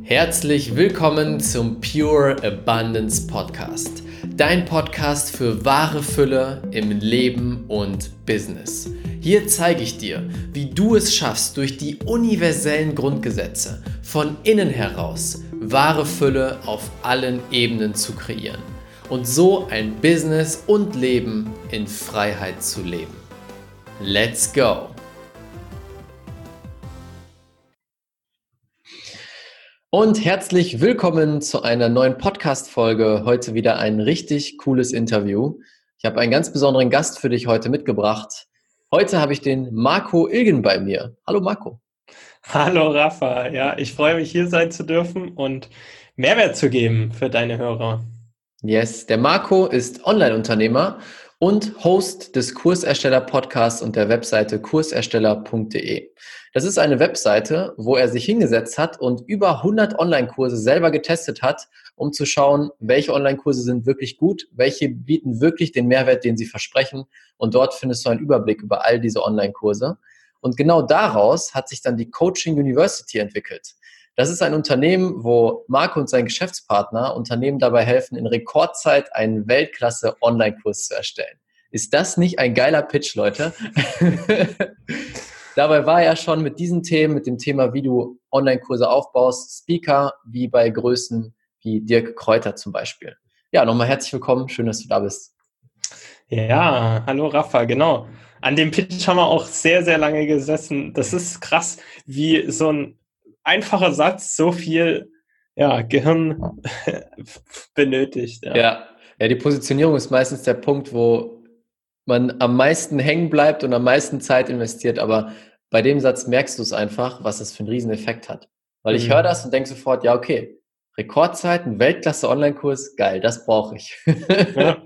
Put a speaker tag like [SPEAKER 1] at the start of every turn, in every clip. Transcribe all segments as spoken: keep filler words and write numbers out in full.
[SPEAKER 1] Herzlich willkommen zum Pure Abundance Podcast. Dein Podcast für wahre Fülle im Leben und Business. Hier zeige ich dir, wie du es schaffst, durch die universellen Grundgesetze von innen heraus wahre Fülle auf allen Ebenen zu kreieren und so ein Business und Leben in Freiheit zu leben. Let's go! Und herzlich willkommen zu einer neuen Podcast-Folge. Heute wieder ein richtig cooles Interview. Ich habe einen ganz besonderen Gast für dich heute mitgebracht. Heute habe ich den Marco Ilgen bei mir. Hallo Marco.
[SPEAKER 2] Hallo Rafa, ja, ich freue mich, hier sein zu dürfen und Mehrwert zu geben für deine Hörer.
[SPEAKER 1] Yes, der Marco ist Online-Unternehmer und Host des Kursersteller-Podcasts und der Webseite kursersteller punkt de. Das ist eine Webseite, wo er sich hingesetzt hat und über hundert Online-Kurse selber getestet hat, um zu schauen, welche Online-Kurse sind wirklich gut, welche bieten wirklich den Mehrwert, den sie versprechen. Und dort findest du einen Überblick über all diese Online-Kurse. Und genau daraus hat sich dann die Coaching University entwickelt. Das ist ein Unternehmen, wo Marco und sein Geschäftspartner Unternehmen dabei helfen, in Rekordzeit einen Weltklasse-Online-Kurs zu erstellen. Ist das nicht ein geiler Pitch, Leute? Dabei war er schon mit diesen Themen, mit dem Thema, wie du Online-Kurse aufbaust, Speaker, wie bei Größen wie Dirk Kräuter zum Beispiel. Ja, nochmal herzlich willkommen. Schön, dass du da bist.
[SPEAKER 2] Ja, hallo Rafa, genau. An dem Pitch haben wir auch sehr, sehr lange gesessen. Das ist krass, wie so ein einfacher Satz so viel ja, Gehirn benötigt. Ja.
[SPEAKER 1] Ja. ja, die Positionierung ist meistens der Punkt, wo man am meisten hängen bleibt und am meisten Zeit investiert. Aber bei dem Satz merkst du es einfach, was das für einen riesen Effekt hat. Weil ich mhm. höre das und denke sofort, ja okay, Rekordzeit, ein Weltklasse-Online-Kurs, geil, das brauche ich.
[SPEAKER 2] Ja,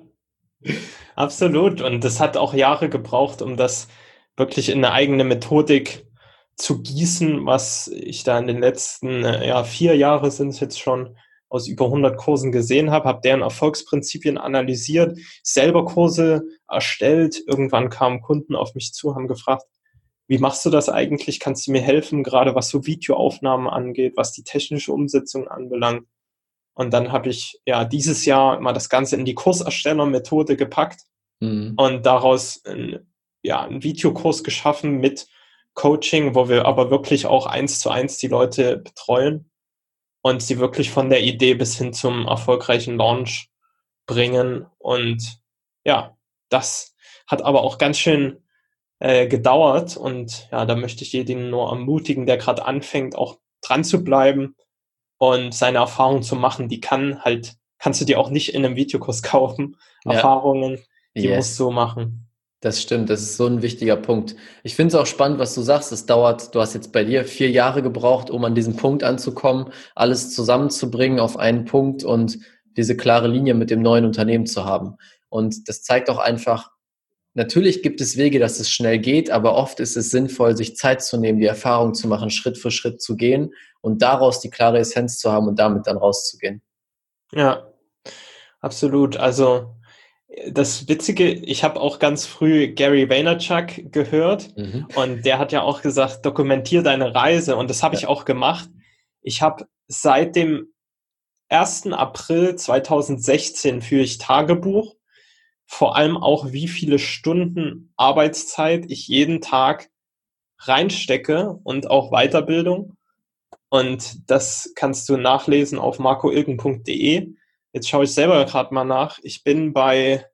[SPEAKER 2] absolut. Und das hat auch Jahre gebraucht, um das wirklich in eine eigene Methodik zu gießen, was ich da in den letzten ja, vier Jahren sind es jetzt schon aus über hundert Kursen gesehen habe, habe deren Erfolgsprinzipien analysiert, selber Kurse erstellt. Irgendwann kamen Kunden auf mich zu, haben gefragt, wie machst du das eigentlich? Kannst du mir helfen, gerade was so Videoaufnahmen angeht, was die technische Umsetzung anbelangt? Und dann habe ich ja dieses Jahr mal das Ganze in die Kurserstellermethode gepackt mhm. und daraus ein, ja, einen Videokurs geschaffen mit Coaching, wo wir aber wirklich auch eins zu eins die Leute betreuen und sie wirklich von der Idee bis hin zum erfolgreichen Launch bringen. Und ja, das hat aber auch ganz schön äh, gedauert. Und ja, da möchte ich jeden nur ermutigen, der gerade anfängt, auch dran zu bleiben und seine Erfahrungen zu machen. Die kann halt, kannst du dir auch nicht in einem Videokurs kaufen. Ja. Erfahrungen, die yes. musst du machen.
[SPEAKER 1] Das stimmt, das ist so ein wichtiger Punkt. Ich finde es auch spannend, was du sagst. Es dauert, du hast jetzt bei dir vier Jahre gebraucht, um an diesen Punkt anzukommen, alles zusammenzubringen auf einen Punkt und diese klare Linie mit dem neuen Unternehmen zu haben. Und das zeigt auch einfach, natürlich gibt es Wege, dass es schnell geht, aber oft ist es sinnvoll, sich Zeit zu nehmen, die Erfahrung zu machen, Schritt für Schritt zu gehen und daraus die klare Essenz zu haben und damit dann rauszugehen.
[SPEAKER 2] Ja, absolut. Also das Witzige, ich habe auch ganz früh Gary Vaynerchuk gehört mhm. und der hat ja auch gesagt, dokumentier deine Reise und das habe ja. ich auch gemacht. Ich habe seit dem ersten April zweitausendsechzehn führe ich Tagebuch, vor allem auch wie viele Stunden Arbeitszeit ich jeden Tag reinstecke und auch Weiterbildung und das kannst du nachlesen auf marco ilgen punkt de. Jetzt schaue ich selber gerade mal nach. Ich bin bei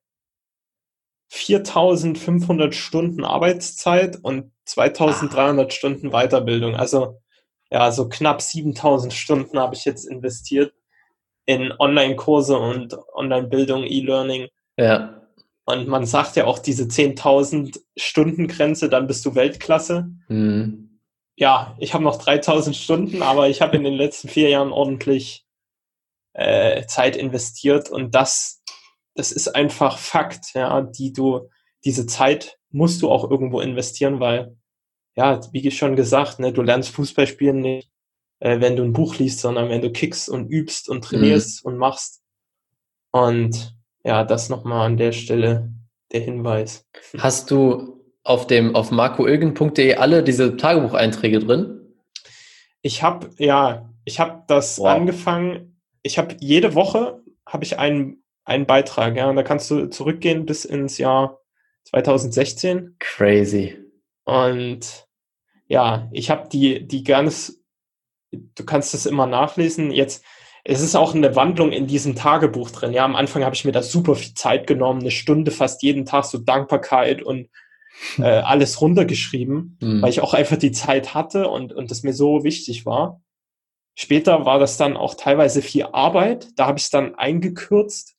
[SPEAKER 2] viertausendfünfhundert Stunden Arbeitszeit und zweitausenddreihundert ah. Stunden Weiterbildung. Also ja, so knapp siebentausend Stunden habe ich jetzt investiert in Online-Kurse und Online-Bildung, E-Learning.
[SPEAKER 1] Ja.
[SPEAKER 2] Und man sagt ja auch diese zehntausend Stunden Grenze, dann bist du Weltklasse. Mhm. Ja, ich habe noch dreitausend Stunden, aber ich habe in den letzten vier Jahren ordentlich Äh, Zeit investiert und das, das ist einfach Fakt, ja, die du, diese Zeit musst du auch irgendwo investieren, weil, ja, wie schon gesagt, ne, du lernst Fußball spielen nicht, äh, wenn du ein Buch liest, sondern wenn du kickst und übst und trainierst mhm. und machst. Und ja, das nochmal an der Stelle der Hinweis.
[SPEAKER 1] Hast du auf dem, auf marco ilgen punkt de alle diese Tagebucheinträge drin?
[SPEAKER 2] Ich habe, ja, Ich habe das
[SPEAKER 1] Wow.
[SPEAKER 2] angefangen, ich habe jede Woche habe ich einen, einen Beitrag, ja, und da kannst du zurückgehen bis ins Jahr zwanzig sechzehn.
[SPEAKER 1] Crazy.
[SPEAKER 2] Und ja, ich habe die, die ganz, du kannst das immer nachlesen. Jetzt, es ist auch eine Wandlung in diesem Tagebuch drin. Ja, am Anfang habe ich mir da super viel Zeit genommen, eine Stunde fast jeden Tag, so Dankbarkeit und äh, alles runtergeschrieben,
[SPEAKER 1] Hm.
[SPEAKER 2] weil ich auch einfach die Zeit hatte und, und das mir so wichtig war. Später war das dann auch teilweise viel Arbeit. Da habe ich es dann eingekürzt.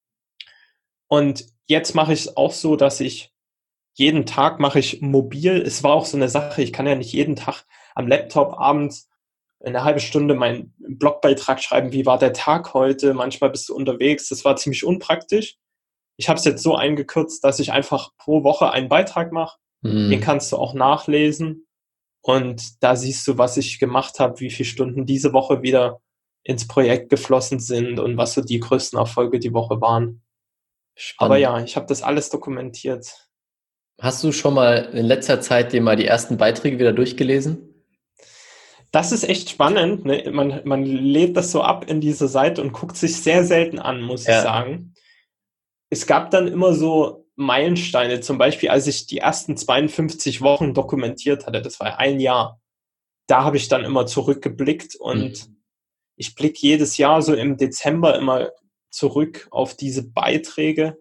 [SPEAKER 2] Und jetzt mache ich es auch so, dass ich jeden Tag mache ich mobil. Es war auch so eine Sache, ich kann ja nicht jeden Tag am Laptop abends eine halbe Stunde meinen Blogbeitrag schreiben, wie war der Tag heute. Manchmal bist du unterwegs. Das war ziemlich unpraktisch. Ich habe es jetzt so eingekürzt, dass ich einfach pro Woche einen Beitrag mache.
[SPEAKER 1] Hm.
[SPEAKER 2] Den kannst du auch nachlesen. Und da siehst du, was ich gemacht habe, wie viele Stunden diese Woche wieder ins Projekt geflossen sind und was so die größten Erfolge die Woche waren.
[SPEAKER 1] Spannend.
[SPEAKER 2] Aber ja, ich habe das alles dokumentiert.
[SPEAKER 1] Hast du schon mal in letzter Zeit dir mal die ersten Beiträge wieder durchgelesen?
[SPEAKER 2] Das ist echt spannend. Ne? Man, man lädt das so ab in diese Seite und guckt sich sehr selten an, muss
[SPEAKER 1] Ja.
[SPEAKER 2] ich sagen. Es gab dann immer so Meilensteine, zum Beispiel, als ich die ersten zweiundfünfzig Wochen dokumentiert hatte, das war ein Jahr, da habe ich dann immer zurückgeblickt und
[SPEAKER 1] Mhm.
[SPEAKER 2] ich blicke jedes Jahr so im Dezember immer zurück auf diese Beiträge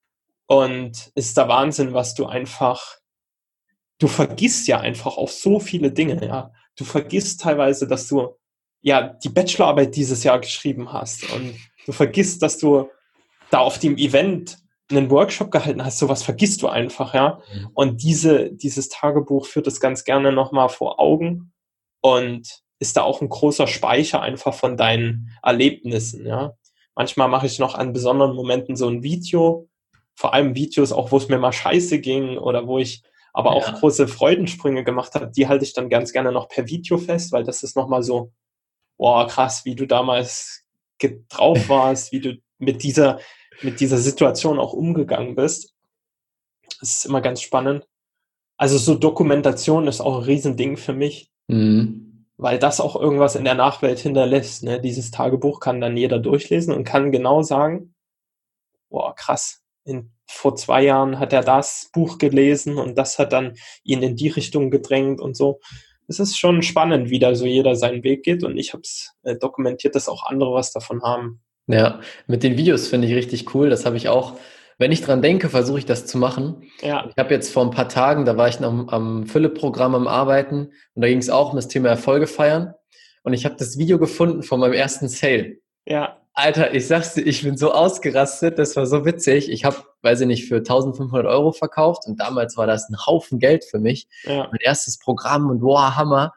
[SPEAKER 2] und es ist der Wahnsinn, was du einfach, du vergisst ja einfach auf so viele Dinge, ja. Du vergisst teilweise, dass du ja die Bachelorarbeit dieses Jahr geschrieben hast und du vergisst, dass du da auf dem Event einen Workshop gehalten hast, sowas vergisst du einfach, ja.
[SPEAKER 1] Mhm.
[SPEAKER 2] Und diese, dieses Tagebuch führt das ganz gerne nochmal vor Augen und ist da auch ein großer Speicher einfach von deinen Erlebnissen, ja. Manchmal mache ich noch an besonderen Momenten so ein Video, vor allem Videos auch, wo es mir mal scheiße ging oder wo ich aber auch
[SPEAKER 1] Ja.
[SPEAKER 2] große Freudensprünge gemacht habe, die halte ich dann ganz gerne noch per Video fest, weil das ist nochmal so, boah, krass, wie du damals drauf warst, wie du mit dieser, mit dieser Situation auch umgegangen bist. Das ist immer ganz spannend. Also so Dokumentation ist auch ein Riesending für mich,
[SPEAKER 1] Mhm.
[SPEAKER 2] weil das auch irgendwas in der Nachwelt hinterlässt. Ne? Dieses Tagebuch kann dann jeder durchlesen und kann genau sagen, boah, krass, in, vor zwei Jahren hat er das Buch gelesen und das hat dann ihn in die Richtung gedrängt und so. Es ist schon spannend, wie da so jeder seinen Weg geht und ich habe es äh, dokumentiert, dass auch andere was davon haben.
[SPEAKER 1] Ja, mit den Videos finde ich richtig cool. Das habe ich auch, wenn ich dran denke, versuche ich das zu machen.
[SPEAKER 2] Ja,
[SPEAKER 1] Ich habe jetzt vor ein paar Tagen, da war ich noch am, am Philipp-Programm am Arbeiten und da ging es auch um das Thema Erfolge feiern. Und ich habe das Video gefunden von meinem ersten Sale.
[SPEAKER 2] ja,
[SPEAKER 1] Alter, ich sag's dir, ich bin so ausgerastet, das war so witzig. Ich habe, weiß ich nicht, für eintausendfünfhundert Euro verkauft und damals war das ein Haufen Geld für mich.
[SPEAKER 2] ja.
[SPEAKER 1] Mein erstes Programm und wow, Hammer.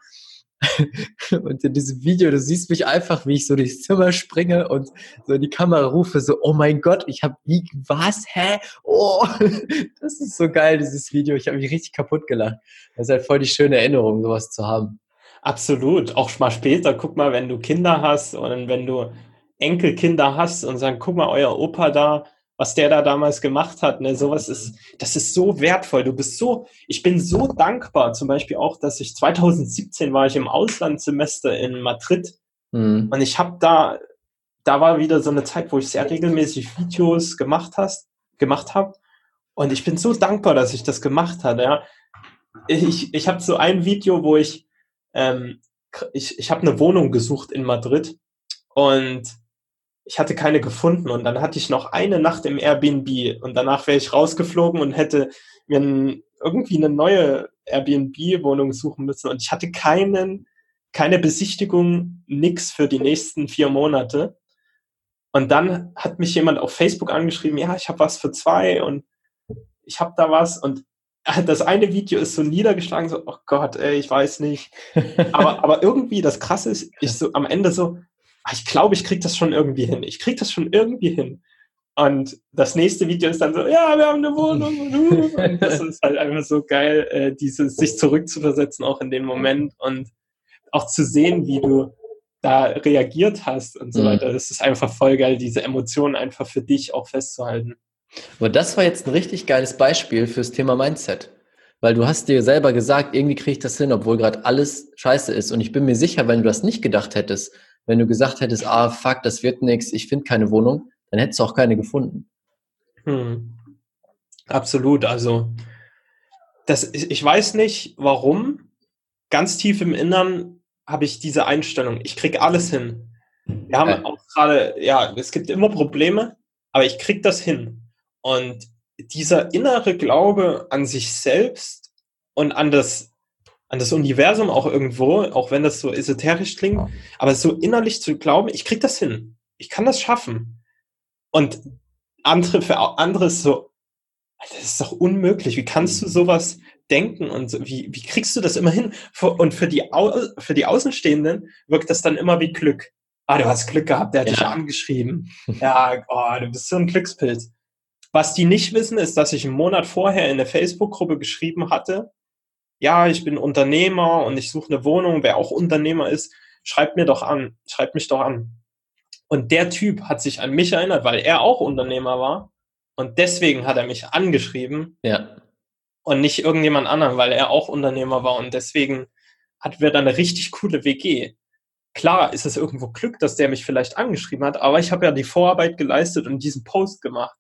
[SPEAKER 1] Und in diesem Video, du siehst mich einfach, wie ich so durchs Zimmer springe und so in die Kamera rufe, so, oh mein Gott, ich habe wie, was, hä? Oh, das ist so geil, dieses Video. Ich habe mich richtig kaputt gelacht. Das ist halt voll die schöne Erinnerung, sowas zu haben.
[SPEAKER 2] Absolut. Auch mal später, guck mal, wenn du Kinder hast und wenn du Enkelkinder hast und sagen, guck mal, euer Opa da, was der da damals gemacht hat, ne, sowas ist, das ist so wertvoll. Du bist so, ich bin so dankbar, zum Beispiel auch, dass ich zwanzig siebzehn war ich im Auslandssemester in Madrid
[SPEAKER 1] Mhm.
[SPEAKER 2] und ich habe da, da war wieder so eine Zeit, wo ich sehr regelmäßig Videos gemacht hast, gemacht habe und ich bin so dankbar, dass ich das gemacht habe, ja. Ich, ich habe so ein Video, wo ich, ähm, ich, ich habe eine Wohnung gesucht in Madrid und ich hatte keine gefunden und dann hatte ich noch eine Nacht im Airbnb und danach wäre ich rausgeflogen und hätte mir ein, irgendwie eine neue Airbnb-Wohnung suchen müssen und ich hatte keinen, keine Besichtigung, nix für die nächsten vier Monate. Und dann hat mich jemand auf Facebook angeschrieben, ja, ich habe was für zwei und ich habe da was und das eine Video ist so niedergeschlagen, so, oh Gott, ey, ich weiß nicht. Aber, aber irgendwie, das Krasse ist, ich so am Ende so, ich glaube, ich krieg das schon irgendwie hin. Ich krieg das schon irgendwie hin. Und das nächste Video ist dann so, ja, wir haben eine Wohnung. Und das ist halt einfach so geil, äh, dieses, sich zurückzuversetzen auch in den Moment und auch zu sehen, wie du da reagiert hast und so weiter. Das ist einfach voll geil, diese Emotionen einfach für dich auch festzuhalten.
[SPEAKER 1] Aber das war jetzt ein richtig geiles Beispiel fürs Thema Mindset. Weil du hast dir selber gesagt, irgendwie kriege ich das hin, obwohl gerade alles scheiße ist. Und ich bin mir sicher, wenn du das nicht gedacht hättest, Wenn du gesagt hättest, ah, fuck, das wird nichts, ich finde keine Wohnung, dann hättest du auch keine gefunden.
[SPEAKER 2] Hm. Absolut. Also das, ich weiß nicht, warum. Ganz tief im Innern habe ich diese Einstellung. Ich kriege alles hin. Wir haben
[SPEAKER 1] Geil.
[SPEAKER 2] auch gerade, ja, es gibt immer Probleme, aber ich kriege das hin. Und dieser innere Glaube an sich selbst und an das, an das Universum auch irgendwo, auch wenn das so esoterisch klingt, aber so innerlich zu glauben, ich kriege das hin. Ich kann das schaffen. Und andere, für andere ist so, das ist doch unmöglich. Wie kannst du sowas denken und so, wie, wie kriegst du das immer hin? Und für die, Au für die Außenstehenden wirkt das dann immer wie Glück. Ah, du hast Glück gehabt, der hat
[SPEAKER 1] Ja.
[SPEAKER 2] dich angeschrieben. Ja, oh, du bist so ein Glückspilz. Was die nicht wissen, ist, dass ich einen Monat vorher in eine Facebook-Gruppe geschrieben hatte, ja, ich bin Unternehmer und ich suche eine Wohnung, wer auch Unternehmer ist, schreibt mir doch an, schreibt mich doch an. Und der Typ hat sich an mich erinnert, weil er auch Unternehmer war. Und deswegen hat er mich angeschrieben.
[SPEAKER 1] Ja.
[SPEAKER 2] Und nicht irgendjemand anderen, weil er auch Unternehmer war. Und deswegen hatten wir dann eine richtig coole W G. Klar ist es irgendwo Glück, dass der mich vielleicht angeschrieben hat, aber ich habe ja die Vorarbeit geleistet und diesen Post gemacht.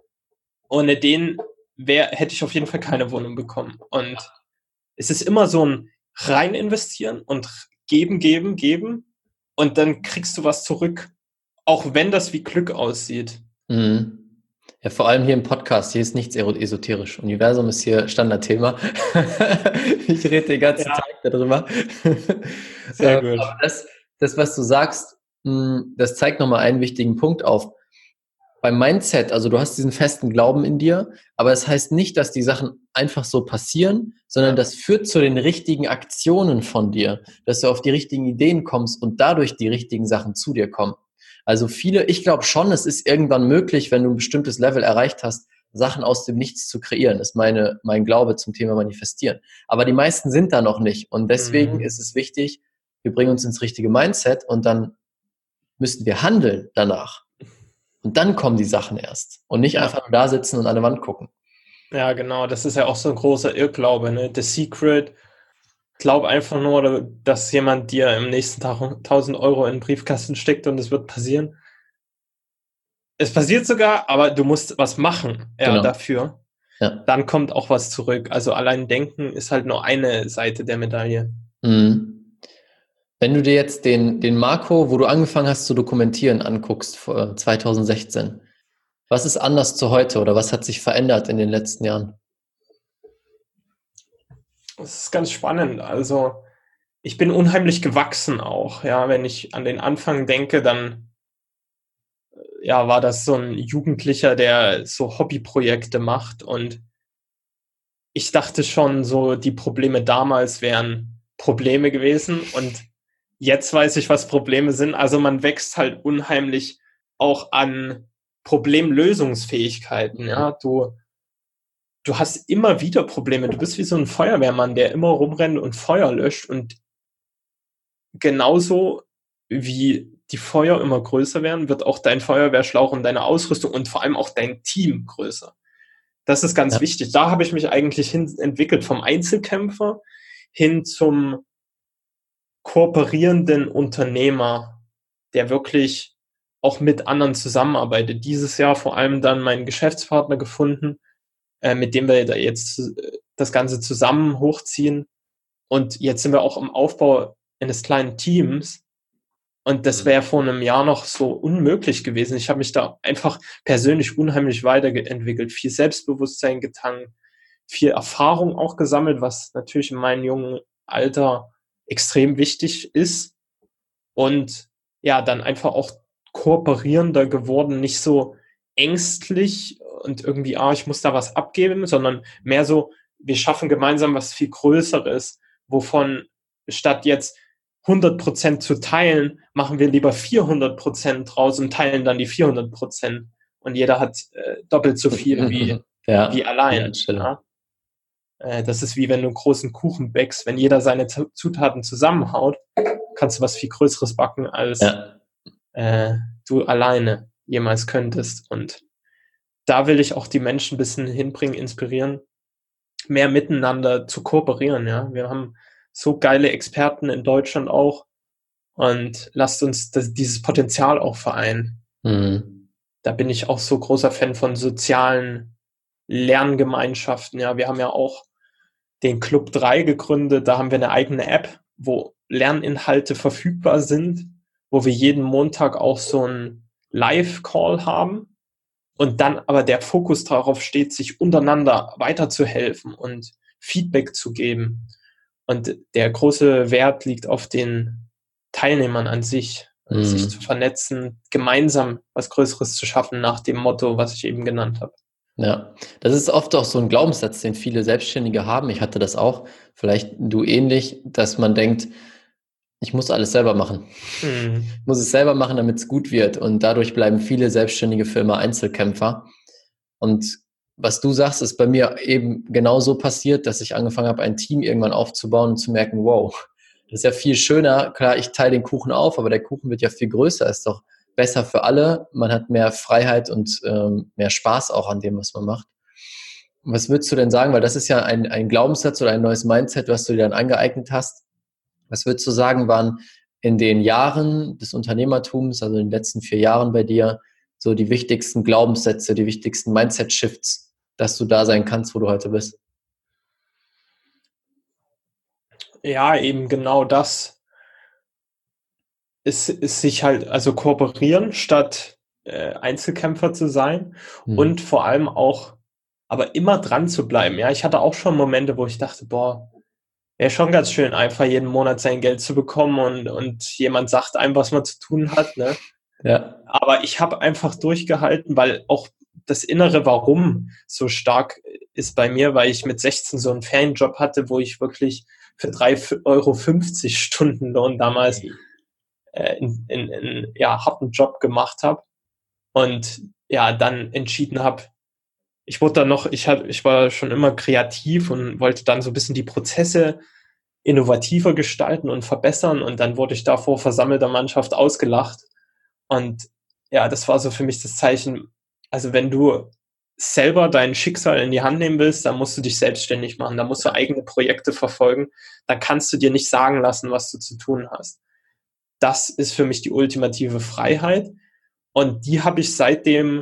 [SPEAKER 2] Ohne den wär, hätte ich auf jeden Fall keine Wohnung bekommen. Und es ist immer so ein rein investieren und geben, geben, geben. Und dann kriegst du was zurück. Auch wenn das wie Glück aussieht.
[SPEAKER 1] Mhm. Ja, vor allem hier im Podcast, hier ist nichts esoterisch. Universum ist hier Standardthema. Ich rede den ganzen
[SPEAKER 2] Ja.
[SPEAKER 1] Tag darüber.
[SPEAKER 2] Sehr
[SPEAKER 1] Ähm,
[SPEAKER 2] gut.
[SPEAKER 1] Aber das, das, was du sagst, mh, das zeigt nochmal einen wichtigen Punkt auf. Beim Mindset, also du hast diesen festen Glauben in dir, aber das heißt nicht, dass die Sachen einfach so passieren, sondern
[SPEAKER 2] Ja.
[SPEAKER 1] das führt zu den richtigen Aktionen von dir, dass du auf die richtigen Ideen kommst und dadurch die richtigen Sachen zu dir kommen. Also viele, ich glaube schon, es ist irgendwann möglich, wenn du ein bestimmtes Level erreicht hast, Sachen aus dem Nichts zu kreieren, ist meine, mein Glaube zum Thema Manifestieren. Aber die meisten sind da noch nicht und deswegen
[SPEAKER 2] Mhm.
[SPEAKER 1] ist es wichtig, wir bringen uns ins richtige Mindset und dann müssen wir handeln danach. Und dann kommen die Sachen erst. Und nicht
[SPEAKER 2] Ja.
[SPEAKER 1] einfach nur da sitzen und an der Wand gucken.
[SPEAKER 2] Ja, genau. Das ist ja auch so ein großer Irrglaube, ne? The Secret. Glaub einfach nur, dass jemand dir im nächsten Tag tausend Euro in den Briefkasten steckt und es wird passieren. Es passiert sogar, aber du musst was machen, ja,
[SPEAKER 1] Genau.
[SPEAKER 2] dafür.
[SPEAKER 1] Ja.
[SPEAKER 2] Dann kommt auch was zurück. Also allein denken ist halt nur eine Seite der Medaille.
[SPEAKER 1] Mhm. Wenn du dir jetzt den, den Marco, wo du angefangen hast zu dokumentieren, anguckst, vor zwanzig sechzehn, was ist anders zu heute oder was hat sich verändert in den letzten Jahren?
[SPEAKER 2] Das ist ganz spannend. Also ich bin unheimlich gewachsen auch. Ja, wenn ich an den Anfang denke, dann ja, war das so ein Jugendlicher, der so Hobbyprojekte macht. Und ich dachte schon, so die Probleme damals wären Probleme gewesen. Und jetzt weiß ich, was Probleme sind. Also man wächst halt unheimlich auch an Problemlösungsfähigkeiten. Ja, du Du hast immer wieder Probleme. Du bist wie so ein Feuerwehrmann, der immer rumrennt und Feuer löscht. Und genauso wie die Feuer immer größer werden, wird auch dein Feuerwehrschlauch und deine Ausrüstung und vor allem auch dein Team größer. Das ist ganz
[SPEAKER 1] Ja.
[SPEAKER 2] wichtig. Da habe ich mich eigentlich hin entwickelt, vom Einzelkämpfer hin zum kooperierenden Unternehmer, der wirklich auch mit anderen zusammenarbeitet. Dieses Jahr vor allem dann meinen Geschäftspartner gefunden, äh, mit dem wir da jetzt äh, das Ganze zusammen hochziehen. Und jetzt sind wir auch im Aufbau eines kleinen Teams. Und das wäre vor einem Jahr noch so unmöglich gewesen. Ich habe mich da einfach persönlich unheimlich weiterentwickelt, viel Selbstbewusstsein getankt, viel Erfahrung auch gesammelt, was natürlich in meinem jungen Alter extrem wichtig ist. Und ja, dann einfach auch kooperierender geworden, nicht so ängstlich und irgendwie, ah, ich muss da was abgeben, sondern mehr so, wir schaffen gemeinsam was viel Größeres, wovon statt jetzt hundert Prozent zu teilen, machen wir lieber vierhundert Prozent draus und teilen dann die vierhundert Prozent. Und jeder hat äh, doppelt so viel wie,
[SPEAKER 1] Ja,
[SPEAKER 2] wie allein.
[SPEAKER 1] Einstellung.
[SPEAKER 2] Ja? Äh, das ist wie wenn du einen großen Kuchen backst. Wenn jeder seine Z- Zutaten zusammenhaut, kannst du was viel Größeres backen, als
[SPEAKER 1] Ja.
[SPEAKER 2] äh, du alleine jemals könntest. Und da will ich auch die Menschen ein bisschen hinbringen, inspirieren, mehr miteinander zu kooperieren. Ja, wir haben so geile Experten in Deutschland auch. und lasst uns das, dieses Potenzial auch vereinen.
[SPEAKER 1] Mhm.
[SPEAKER 2] Da bin ich auch so großer Fan von sozialen Lerngemeinschaften. Ja, wir haben ja auch den Club drei gegründet. Da haben wir eine eigene App, wo Lerninhalte verfügbar sind, wo wir jeden Montag auch so einen Live-Call haben und dann aber der Fokus darauf steht, sich untereinander weiterzuhelfen und Feedback zu geben. Und der große Wert liegt auf den Teilnehmern an sich,
[SPEAKER 1] Mhm.
[SPEAKER 2] sich zu vernetzen, gemeinsam was Größeres zu schaffen nach dem Motto, was ich eben genannt habe.
[SPEAKER 1] Ja, das ist oft auch so ein Glaubenssatz, den viele Selbstständige haben. Ich hatte das auch, vielleicht du ähnlich, dass man denkt, ich muss alles selber machen.
[SPEAKER 2] Mhm.
[SPEAKER 1] Ich muss es selber machen, damit es gut wird. Und dadurch bleiben viele Selbstständige für immer Einzelkämpfer. Und was du sagst, ist bei mir eben genau so passiert, dass ich angefangen habe, ein Team irgendwann aufzubauen und zu merken, wow, das ist ja viel schöner. Klar, ich teile den Kuchen auf, aber der Kuchen wird ja viel größer. Ist doch besser für alle. Man hat mehr Freiheit und ähm, mehr Spaß auch an dem, was man macht. Was würdest du denn sagen? Weil das ist ja ein, ein Glaubenssatz oder ein neues Mindset, was du dir dann angeeignet hast. Was würdest du sagen, waren in den Jahren des Unternehmertums, also in den letzten vier Jahren bei dir, so die wichtigsten Glaubenssätze, die wichtigsten Mindset-Shifts, dass du da sein kannst, wo du heute bist?
[SPEAKER 2] Ja, eben genau das. Ist, ist sich halt, also kooperieren statt äh, Einzelkämpfer zu sein
[SPEAKER 1] Hm.
[SPEAKER 2] und vor allem auch, aber immer dran zu bleiben. Ja, ich hatte auch schon Momente, wo ich dachte, boah, wäre schon ganz schön, einfach jeden Monat sein Geld zu bekommen und, und jemand sagt einem, was man zu tun hat, ne?
[SPEAKER 1] Ja.
[SPEAKER 2] Aber ich habe einfach durchgehalten, weil auch das innere Warum so stark ist bei mir, weil ich mit sechzehn so einen Ferienjob hatte, wo ich wirklich für drei Euro fünfzig Stundenlohn damals äh, in, in, in ja, harten Job gemacht habe und ja, dann entschieden habe, ich wurde dann noch, ich, hab, ich war schon immer kreativ und wollte dann so ein bisschen die Prozesse innovativer gestalten und verbessern und dann wurde ich da vor versammelter Mannschaft ausgelacht und ja, das war so für mich das Zeichen, also wenn du selber dein Schicksal in die Hand nehmen willst, dann musst du dich selbstständig machen, dann musst du eigene Projekte verfolgen, dann kannst du dir nicht sagen lassen, was du zu tun hast. Das ist für mich die ultimative Freiheit und die habe ich seitdem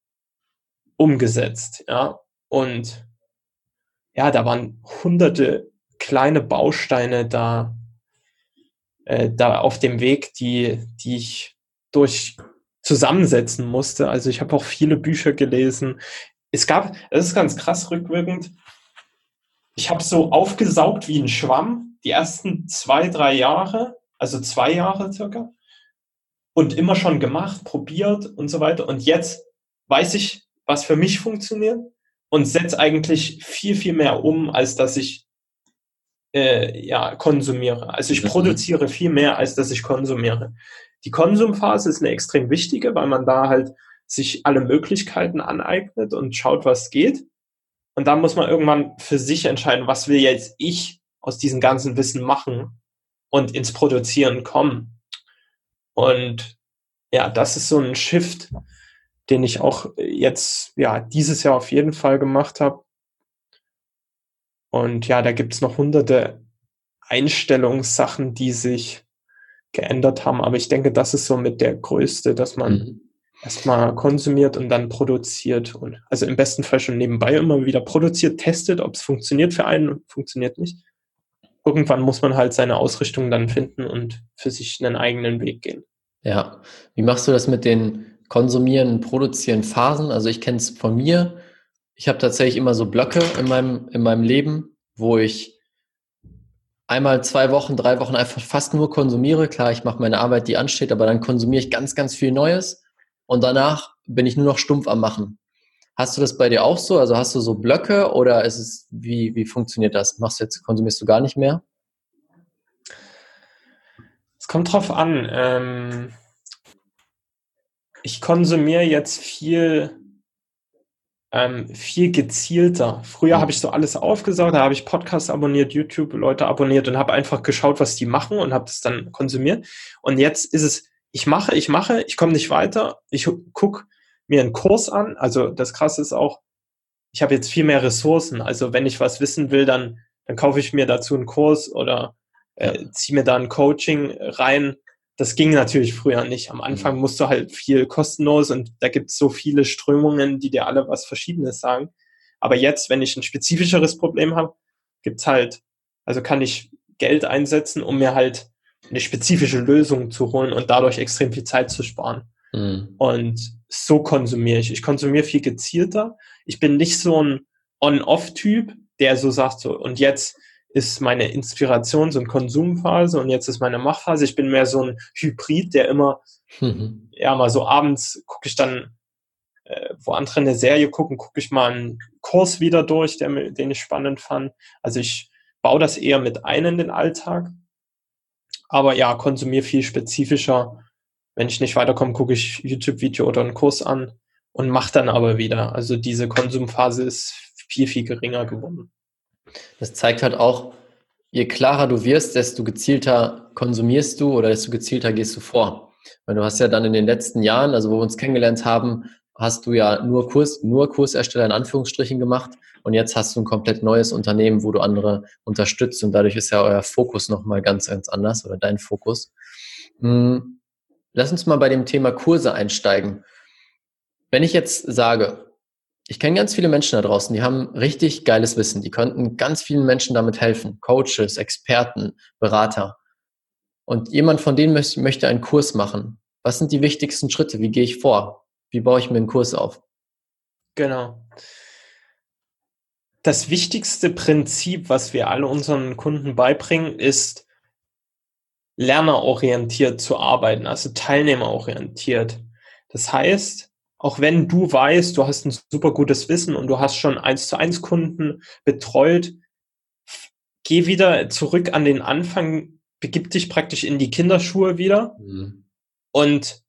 [SPEAKER 2] umgesetzt, ja, und ja, da waren hunderte kleine Bausteine da, äh, da auf dem Weg, die, die ich durch zusammensetzen musste. Also ich habe auch viele Bücher gelesen. Es gab, das ist ganz krass rückwirkend, ich habe so aufgesaugt wie ein Schwamm die ersten zwei, drei Jahre, also zwei Jahre circa, und immer schon gemacht, probiert und so weiter. Und jetzt weiß ich, was für mich funktioniert und setze eigentlich viel, viel mehr um, als dass ich äh, ja, konsumiere. Also ich
[SPEAKER 1] Mhm.
[SPEAKER 2] produziere viel mehr, als dass ich konsumiere. Die Konsumphase ist eine extrem wichtige, weil man da halt sich alle Möglichkeiten aneignet und schaut, was geht. Und dann muss man irgendwann für sich entscheiden, was will jetzt ich aus diesem ganzen Wissen machen und ins Produzieren kommen. Und ja, das ist so ein Shift, den ich auch jetzt, ja, dieses Jahr auf jeden Fall gemacht habe. Und ja, da gibt es noch hunderte Einstellungssachen, die sich geändert haben. Aber ich denke, das ist somit der größte, dass man
[SPEAKER 1] Mhm.
[SPEAKER 2] erstmal konsumiert und dann produziert. Und also im besten Fall schon nebenbei immer wieder produziert, testet, ob es funktioniert für einen und funktioniert nicht. Irgendwann muss man halt seine Ausrichtung dann finden und für sich einen eigenen Weg gehen.
[SPEAKER 1] Ja. Wie machst du das mit den Konsumieren und Produzieren Phasen? Also ich kenne es von mir. Ich habe tatsächlich immer so Blöcke in meinem, in meinem Leben, wo ich einmal zwei Wochen, drei Wochen einfach fast nur konsumiere. Klar, ich mache meine Arbeit, die ansteht, aber dann konsumiere ich ganz, ganz viel Neues und danach bin ich nur noch stumpf am Machen. Hast du das bei dir auch so? Also hast du so Blöcke oder ist es, wie, wie funktioniert das? Machst du jetzt, konsumierst du gar nicht mehr?
[SPEAKER 2] Es kommt drauf an. Ähm, ich konsumiere jetzt viel, ähm, viel gezielter. Früher habe ich so alles aufgesaugt, da habe ich Podcasts abonniert, YouTube-Leute abonniert und habe einfach geschaut, was die machen und habe das dann konsumiert. Und jetzt ist es, ich mache, ich mache, ich komme nicht weiter, ich gucke mir einen Kurs an. Also das Krasse ist auch, ich habe jetzt viel mehr Ressourcen. Also wenn ich was wissen will, dann, dann kaufe ich mir dazu einen Kurs oder
[SPEAKER 1] Ja.
[SPEAKER 2] äh, ziehe mir da ein Coaching rein. Das ging natürlich früher nicht. Am Anfang musst du halt viel kostenlos und da gibt es so viele Strömungen, die dir alle was Verschiedenes sagen. Aber jetzt, wenn ich ein spezifischeres Problem habe, gibt's halt, also kann ich Geld einsetzen, um mir halt eine spezifische Lösung zu holen und dadurch extrem viel Zeit zu sparen. Mhm. Und so konsumiere ich. Ich konsumiere viel gezielter. Ich bin nicht so ein On-Off-Typ, der so sagt, so, und jetzt ist meine Inspirations- und Konsumphase und jetzt ist meine Machphase. Ich bin mehr so ein Hybrid, der immer, mhm. ja, mal so abends gucke ich dann, äh, wo andere eine Serie gucken, gucke ich mal einen Kurs wieder durch, der, den ich spannend fand. Also ich baue das eher mit ein in den Alltag. Aber ja, konsumiere viel spezifischer. Wenn ich nicht weiterkomme, gucke ich YouTube-Video oder einen Kurs an und mache dann aber wieder. Also diese Konsumphase ist viel, viel geringer geworden.
[SPEAKER 1] Das zeigt halt auch, je klarer du wirst, desto gezielter konsumierst du oder desto gezielter gehst du vor. Weil du hast ja dann in den letzten Jahren, also wo wir uns kennengelernt haben, hast du ja nur Kurs, nur Kursersteller in Anführungsstrichen gemacht und jetzt hast du ein komplett neues Unternehmen, wo du andere unterstützt und dadurch ist ja euer Fokus nochmal ganz, ganz anders oder dein Fokus. Hm. Lass uns mal bei dem Thema Kurse einsteigen. Wenn ich jetzt sage, ich kenne ganz viele Menschen da draußen, die haben richtig geiles Wissen, die könnten ganz vielen Menschen damit helfen, Coaches, Experten, Berater. Und jemand von denen möchte, möchte einen Kurs machen. Was sind die wichtigsten Schritte? Wie gehe ich vor? Wie baue ich mir einen Kurs auf?
[SPEAKER 2] Genau. Das wichtigste Prinzip, was wir alle unseren Kunden beibringen, ist, lernerorientiert zu arbeiten, also teilnehmerorientiert. Das heißt, auch wenn du weißt, du hast ein super gutes Wissen und du hast schon eins zu eins Kunden betreut, geh wieder zurück an den Anfang, begib dich praktisch in die Kinderschuhe wieder mhm. und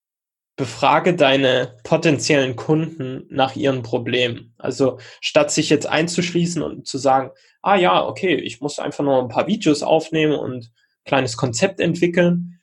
[SPEAKER 2] befrage deine potenziellen Kunden nach ihren Problemen. Also statt sich jetzt einzuschließen und zu sagen, ah ja, okay, ich muss einfach nur ein paar Videos aufnehmen und kleines Konzept entwickeln.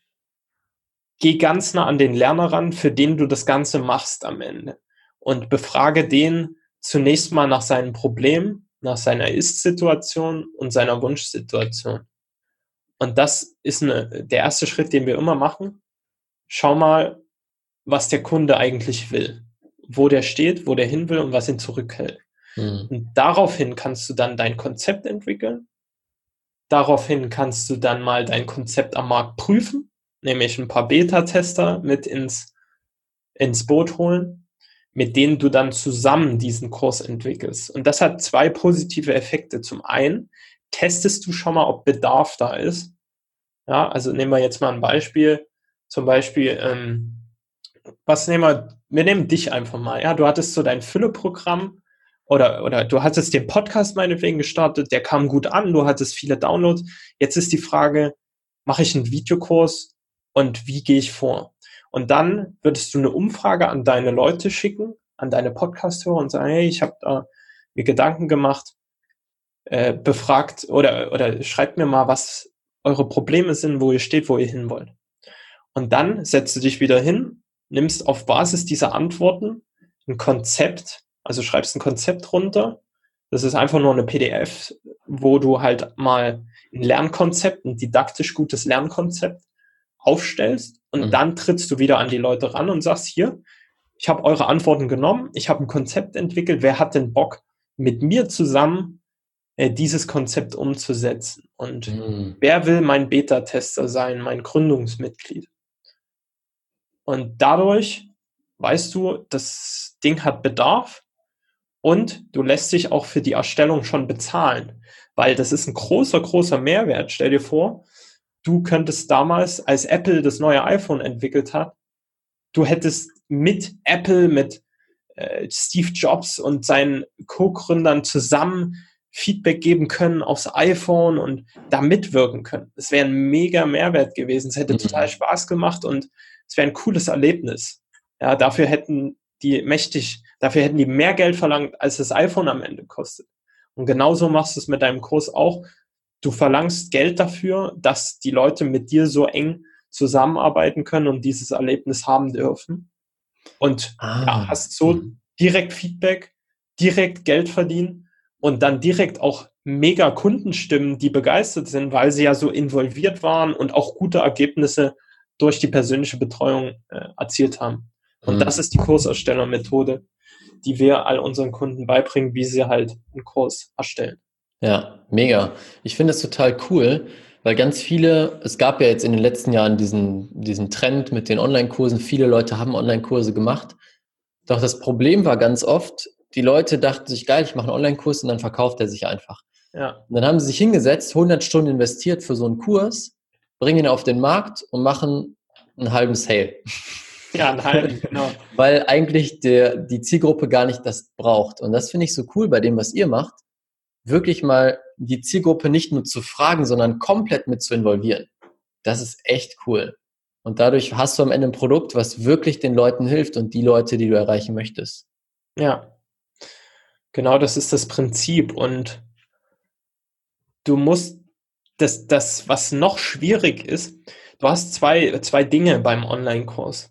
[SPEAKER 2] Geh ganz nah an den Lerner ran, für den du das Ganze machst am Ende. Und befrage den zunächst mal nach seinem Problem, nach seiner Ist-Situation und seiner Wunschsituation. Und das ist eine, der erste Schritt, den wir immer machen. Schau mal, was der Kunde eigentlich will. Wo der steht, wo der hin will und was ihn zurückhält. Mhm. Und daraufhin kannst du dann dein Konzept entwickeln. Daraufhin kannst du dann mal dein Konzept am Markt prüfen, nämlich ein paar Beta-Tester mit ins, ins Boot holen, mit denen du dann zusammen diesen Kurs entwickelst. Und das hat zwei positive Effekte. Zum einen testest du schon mal, ob Bedarf da ist. Ja, also nehmen wir jetzt mal ein Beispiel. Zum Beispiel, ähm, was nehmen wir? Wir nehmen dich einfach mal. Ja, du hattest so dein Fülle-Programm. Oder, oder du hattest den Podcast meinetwegen gestartet, der kam gut an, du hattest viele Downloads. Jetzt ist die Frage, mache ich einen Videokurs und wie gehe ich vor? Und dann würdest du eine Umfrage an deine Leute schicken, an deine Podcast-Hörer und sagen, hey, ich habe da mir Gedanken gemacht, äh, befragt oder, oder schreibt mir mal, was eure Probleme sind, wo ihr steht, wo ihr hin wollt. Und dann setzt du dich wieder hin, nimmst auf Basis dieser Antworten ein Konzept, also schreibst ein Konzept runter. Das ist einfach nur eine P D F, wo du halt mal ein Lernkonzept, ein didaktisch gutes Lernkonzept aufstellst und mhm. dann trittst du wieder an die Leute ran und sagst, hier, ich habe eure Antworten genommen, ich habe ein Konzept entwickelt, wer hat denn Bock, mit mir zusammen äh, dieses Konzept umzusetzen? Und mhm. wer will mein Beta-Tester sein, mein Gründungsmitglied? Und dadurch weißt du, das Ding hat Bedarf. Und du lässt dich auch für die Erstellung schon bezahlen, weil das ist ein großer, großer Mehrwert. Stell dir vor, du könntest damals, als Apple das neue iPhone entwickelt hat, du hättest mit Apple, mit äh, Steve Jobs und seinen Co-Gründern zusammen Feedback geben können aufs iPhone und da mitwirken können. Das wäre ein mega Mehrwert gewesen. Es hätte mhm. total Spaß gemacht und es wäre ein cooles Erlebnis. Ja, dafür hätten die mächtig, dafür hätten die mehr Geld verlangt, als das iPhone am Ende kostet. Und genauso machst du es mit deinem Kurs auch. Du verlangst Geld dafür, dass die Leute mit dir so eng zusammenarbeiten können und dieses Erlebnis haben dürfen. Und ah. ja, hast so direkt Feedback, direkt Geld verdienen und dann direkt auch mega Kundenstimmen, die begeistert sind, weil sie ja so involviert waren und auch gute Ergebnisse durch die persönliche Betreuung äh, erzielt haben. Und
[SPEAKER 1] Mhm.
[SPEAKER 2] das ist die Kurserstellermethode, die wir all unseren Kunden beibringen, wie sie halt einen Kurs erstellen.
[SPEAKER 1] Ja, mega. Ich finde es total cool, weil ganz viele, es gab ja jetzt in den letzten Jahren diesen, diesen Trend mit den Online-Kursen, viele Leute haben Online-Kurse gemacht. Doch das Problem war ganz oft, die Leute dachten sich, geil, ich mache einen Online-Kurs und dann verkauft er sich einfach.
[SPEAKER 2] Ja.
[SPEAKER 1] Und dann haben sie sich hingesetzt, hundert Stunden investiert für so einen Kurs, bringen ihn auf den Markt und machen einen halben Sale.
[SPEAKER 2] Ja, einen halben, genau.
[SPEAKER 1] Weil eigentlich der, die Zielgruppe gar nicht das braucht. Und das finde ich so cool bei dem, was ihr macht, wirklich mal die Zielgruppe nicht nur zu fragen, sondern komplett mit zu involvieren. Das ist echt cool. Und dadurch hast du am Ende ein Produkt, was wirklich den Leuten hilft und die Leute, die du erreichen möchtest.
[SPEAKER 2] Ja, genau, das ist das Prinzip. Und du musst, das, das, was noch schwierig ist, du hast zwei, zwei Dinge beim Online-Kurs.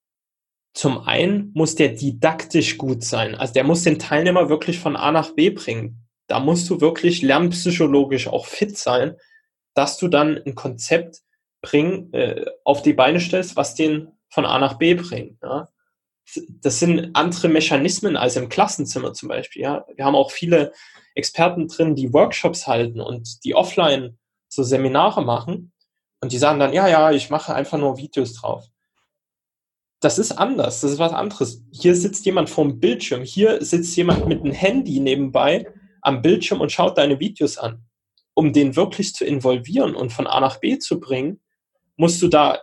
[SPEAKER 2] Zum einen muss der didaktisch gut sein. Also der muss den Teilnehmer wirklich von A nach B bringen. Da musst du wirklich lernpsychologisch auch fit sein, dass du dann ein Konzept bring, äh, auf die Beine stellst, was den von A nach B bringt. Ja? Das sind andere Mechanismen als im Klassenzimmer zum Beispiel. Ja? Wir haben auch viele Experten drin, die Workshops halten und die offline so Seminare machen. Und die sagen dann, ja, ja, ich mache einfach nur Videos drauf. Das ist anders, das ist was anderes. Hier sitzt jemand vorm Bildschirm, hier sitzt jemand mit einem Handy nebenbei am Bildschirm und schaut deine Videos an. Um den wirklich zu involvieren und von A nach B zu bringen, musst du da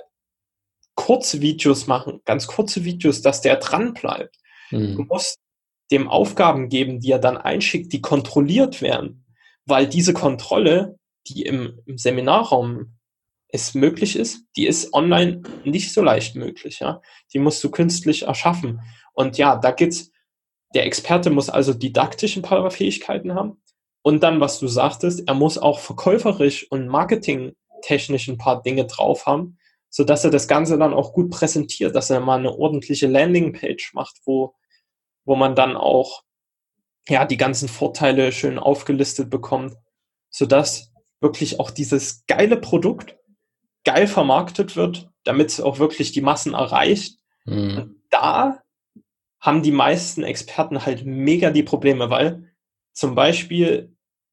[SPEAKER 2] kurze Videos machen, ganz kurze Videos, dass der dran bleibt. Mhm. Du musst dem Aufgaben geben, die er dann einschickt, die kontrolliert werden, weil diese Kontrolle, die im, im Seminarraum es möglich ist, die ist online nicht so leicht möglich. Ja? Die musst du künstlich erschaffen. Und ja, da geht's, der Experte muss also didaktisch ein paar Fähigkeiten haben. Und dann, was du sagtest, er muss auch verkäuferisch und marketingtechnisch ein paar Dinge drauf haben, sodass er das Ganze dann auch gut präsentiert, dass er mal eine ordentliche Landingpage macht, wo, wo man dann auch ja, die ganzen Vorteile schön aufgelistet bekommt, sodass wirklich auch dieses geile Produkt geil vermarktet wird, damit es auch wirklich die Massen erreicht. Mhm. Und da haben die meisten Experten halt mega die Probleme, weil zum Beispiel,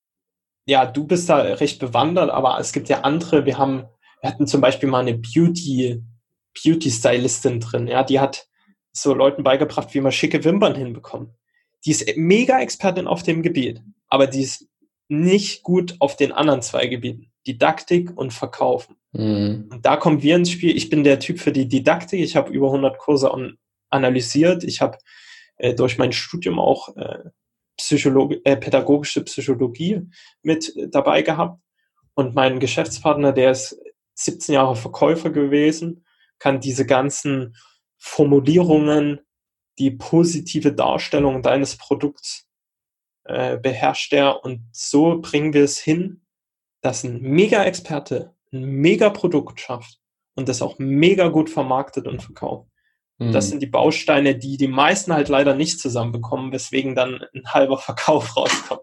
[SPEAKER 2] ja, du bist da recht bewandert, aber es gibt ja andere, wir haben, wir hatten zum Beispiel mal eine Beauty, Beauty-Stylistin drin, ja, die hat so Leuten beigebracht, wie man schicke Wimpern hinbekommt. Die ist mega Expertin auf dem Gebiet, aber die ist nicht gut auf den anderen zwei Gebieten, Didaktik und Verkaufen. Mhm. Und da kommen wir ins Spiel. Ich bin der Typ für die Didaktik. Ich habe über hundert Kurse an, analysiert. Ich habe äh, durch mein Studium auch äh, Psychologie, äh, pädagogische Psychologie mit dabei gehabt. Und mein Geschäftspartner, der ist siebzehn Jahre Verkäufer gewesen, kann diese ganzen Formulierungen, die positive Darstellung deines Produkts äh, beherrscht er. Und so bringen wir es hin, dass ein Mega-Experte ein Mega-Produkt schafft und das auch mega gut vermarktet und verkauft. Und das sind die Bausteine, die die meisten halt leider nicht zusammenbekommen, weswegen dann ein halber Verkauf rauskommt.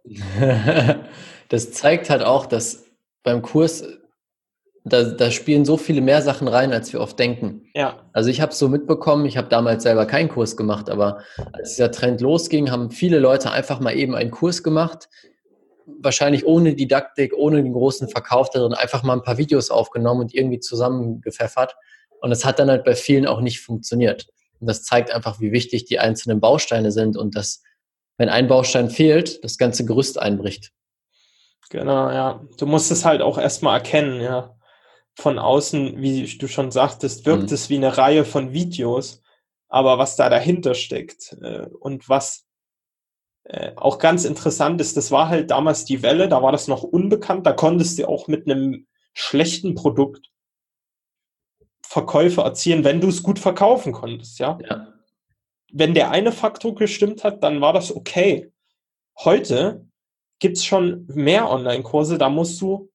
[SPEAKER 1] Das zeigt halt auch, dass beim Kurs, da, da spielen so viele mehr Sachen rein, als wir oft denken.
[SPEAKER 2] Ja.
[SPEAKER 1] Also ich habe es so mitbekommen, ich habe damals selber keinen Kurs gemacht, aber als dieser Trend losging, haben viele Leute einfach mal eben einen Kurs gemacht, wahrscheinlich ohne Didaktik, ohne den großen Verkauf darin, einfach mal ein paar Videos aufgenommen und irgendwie zusammengepfeffert. Und das hat dann halt bei vielen auch nicht funktioniert. Und das zeigt einfach, wie wichtig die einzelnen Bausteine sind und dass, wenn ein Baustein fehlt, das ganze Gerüst einbricht.
[SPEAKER 2] Genau, ja. Du musst es halt auch erstmal erkennen, ja. Von außen, wie du schon sagtest, wirkt mhm. es wie eine Reihe von Videos, aber was da dahinter steckt äh, und was Äh, auch ganz interessant ist, das war halt damals die Welle, da war das noch unbekannt, da konntest du auch mit einem schlechten Produkt Verkäufe erzielen, wenn du es gut verkaufen konntest, ja? Ja. Wenn der eine Faktor gestimmt hat, dann war das okay. Heute gibt's schon mehr Online-Kurse, da musst du,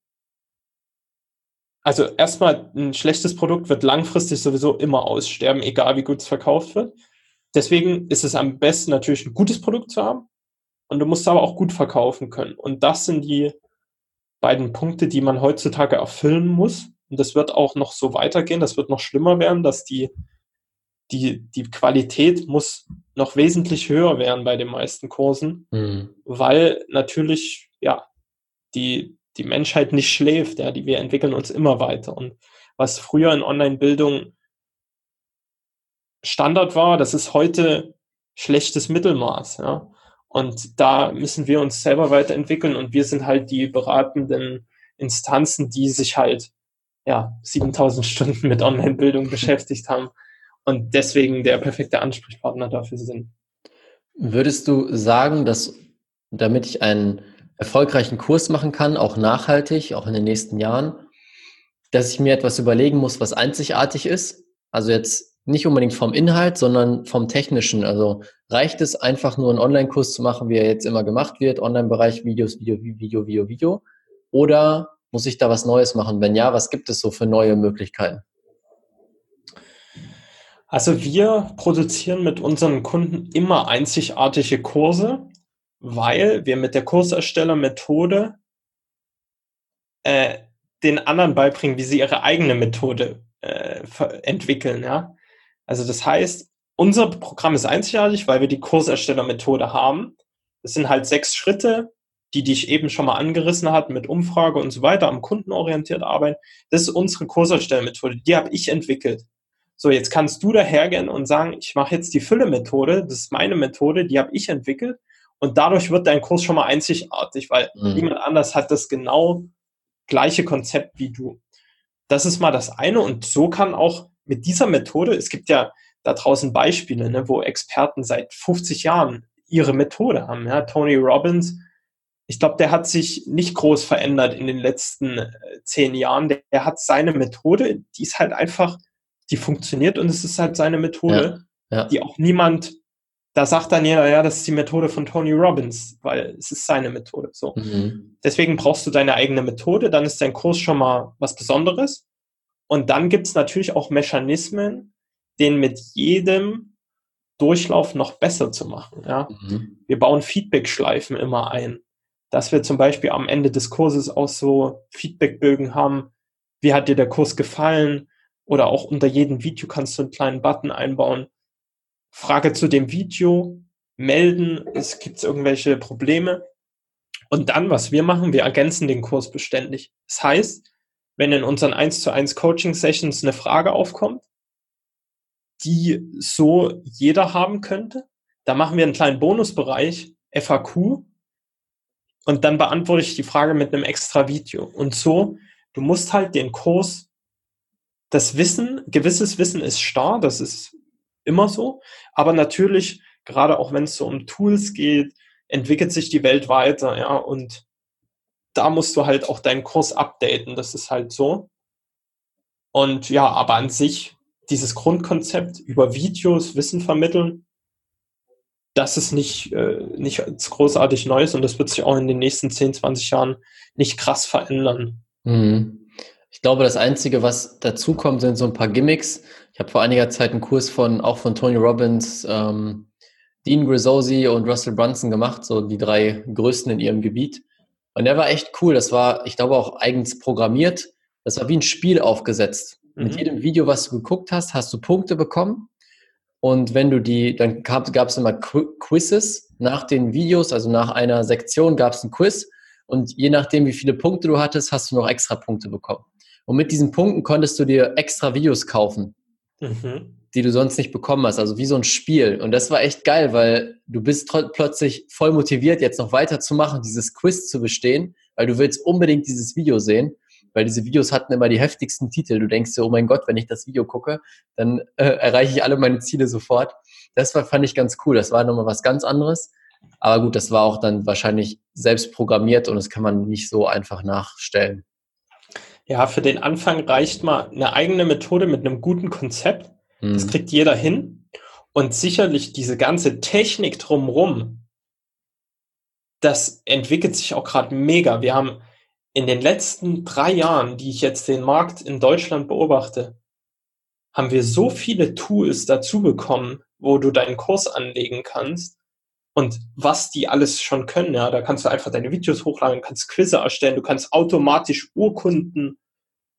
[SPEAKER 2] also erstmal ein schlechtes Produkt wird langfristig sowieso immer aussterben, egal wie gut es verkauft wird. Deswegen ist es am besten natürlich ein gutes Produkt zu haben. Und du musst aber auch gut verkaufen können. Und das sind die beiden Punkte, die man heutzutage erfüllen muss. Und das wird auch noch so weitergehen, das wird noch schlimmer werden, dass die, die, die Qualität muss noch wesentlich höher werden bei den meisten Kursen, mhm. weil natürlich, ja, die, die Menschheit nicht schläft, ja, die wir entwickeln uns immer weiter. Und was früher in Online-Bildung Standard war, das ist heute schlechtes Mittelmaß, ja. Und da müssen wir uns selber weiterentwickeln und wir sind halt die beratenden Instanzen, die sich halt, ja, siebentausend Stunden mit Online-Bildung beschäftigt haben und deswegen der perfekte Ansprechpartner dafür sind.
[SPEAKER 1] Würdest du sagen, dass, damit ich einen erfolgreichen Kurs machen kann, auch nachhaltig, auch in den nächsten Jahren, dass ich mir etwas überlegen muss, was einzigartig ist? Also jetzt nicht unbedingt vom Inhalt, sondern vom Technischen. Also reicht es einfach nur einen Online-Kurs zu machen, wie er jetzt immer gemacht wird, Online-Bereich, Videos, Video, Video, Video, Video? Oder muss ich da was Neues machen? Wenn ja, was gibt es so für neue Möglichkeiten?
[SPEAKER 2] Also wir produzieren mit unseren Kunden immer einzigartige Kurse, weil wir mit der Kurserstellermethode äh, den anderen beibringen, wie sie ihre eigene Methode äh, entwickeln, ja. Also das heißt, unser Programm ist einzigartig, weil wir die Kurserstellermethode haben. Das sind halt sechs Schritte, die die ich eben schon mal angerissen hatte, mit Umfrage und so weiter, am Kunden orientiert arbeiten. Das ist unsere Kurserstellermethode, die habe ich entwickelt. So, jetzt kannst du dahergehen und sagen, ich mache jetzt die Fülle-Methode, das ist meine Methode, die habe ich entwickelt und dadurch wird dein Kurs schon mal einzigartig, weil mhm. niemand anders hat das genau gleiche Konzept wie du. Das ist mal das eine und so kann auch mit dieser Methode, es gibt ja da draußen Beispiele, ne, wo Experten seit fünfzig Jahren ihre Methode haben. Ja. Tony Robbins, ich glaube, der hat sich nicht groß verändert in den letzten äh, zehn Jahren. Der, der hat seine Methode, die ist halt einfach, die funktioniert und es ist halt seine Methode, ja, ja. die auch niemand, da sagt dann jeder, ja, das ist die Methode von Tony Robbins, weil es ist seine Methode. So. Mhm. Deswegen brauchst du deine eigene Methode, dann ist dein Kurs schon mal was Besonderes. Und dann gibt es natürlich auch Mechanismen, den mit jedem Durchlauf noch besser zu machen. Ja? Mhm. Wir bauen Feedback-Schleifen immer ein, dass wir zum Beispiel am Ende des Kurses auch so Feedbackbögen haben, wie hat dir der Kurs gefallen? Oder auch unter jedem Video kannst du einen kleinen Button einbauen. Frage zu dem Video, melden, es gibt irgendwelche Probleme. Und dann, was wir machen, wir ergänzen den Kurs beständig. Das heißt, wenn in unseren eins zu eins Coaching-Sessions eine Frage aufkommt, die so jeder haben könnte, da machen wir einen kleinen Bonusbereich, F A Q, und dann beantworte ich die Frage mit einem extra Video. Und so, du musst halt den Kurs, das Wissen, gewisses Wissen ist starr, das ist immer so, aber natürlich, gerade auch wenn es so um Tools geht, entwickelt sich die Welt weiter, ja, und da musst du halt auch deinen Kurs updaten, das ist halt so. Und ja, aber an sich, dieses Grundkonzept über Videos, Wissen vermitteln, das ist nicht, äh, nicht großartig Neues und das wird sich auch in den nächsten zehn, zwanzig Jahren nicht krass verändern.
[SPEAKER 1] Mhm. Ich glaube, das Einzige, was dazukommt, sind so ein paar Gimmicks. Ich habe vor einiger Zeit einen Kurs von, auch von Tony Robbins, ähm, Dean Graziosi und Russell Brunson gemacht, so die drei Größten in ihrem Gebiet. Und der war echt cool. Das war, ich glaube, auch eigens programmiert. Das war wie ein Spiel aufgesetzt. Mhm. Mit jedem Video, was du geguckt hast, hast du Punkte bekommen. Und wenn du die, dann gab es immer Quizzes nach den Videos, also nach einer Sektion gab es ein Quiz. Und je nachdem, wie viele Punkte du hattest, hast du noch extra Punkte bekommen. Und mit diesen Punkten konntest du dir extra Videos kaufen, mhm. die du sonst nicht bekommen hast. Also wie so ein Spiel. Und das war echt geil, weil du bist tr- plötzlich voll motiviert, jetzt noch weiterzumachen, dieses Quiz zu bestehen, weil du willst unbedingt dieses Video sehen, weil diese Videos hatten immer die heftigsten Titel. Du denkst dir, oh mein Gott, wenn ich das Video gucke, dann äh, erreiche ich alle meine Ziele sofort. Das war, fand ich ganz cool. Das war nochmal was ganz anderes. Aber gut, das war auch dann wahrscheinlich selbst programmiert und das kann man nicht so einfach nachstellen.
[SPEAKER 2] Ja, für den Anfang reicht mal eine eigene Methode mit einem guten Konzept. Mhm. Das kriegt jeder hin. Und sicherlich diese ganze Technik drumherum, das entwickelt sich auch gerade mega. Wir haben in den letzten drei Jahren, die ich jetzt den Markt in Deutschland beobachte, haben wir so viele Tools dazu bekommen, wo du deinen Kurs anlegen kannst. Und was die alles schon können, ja, da kannst du einfach deine Videos hochladen, kannst Quizze erstellen, du kannst automatisch Urkunden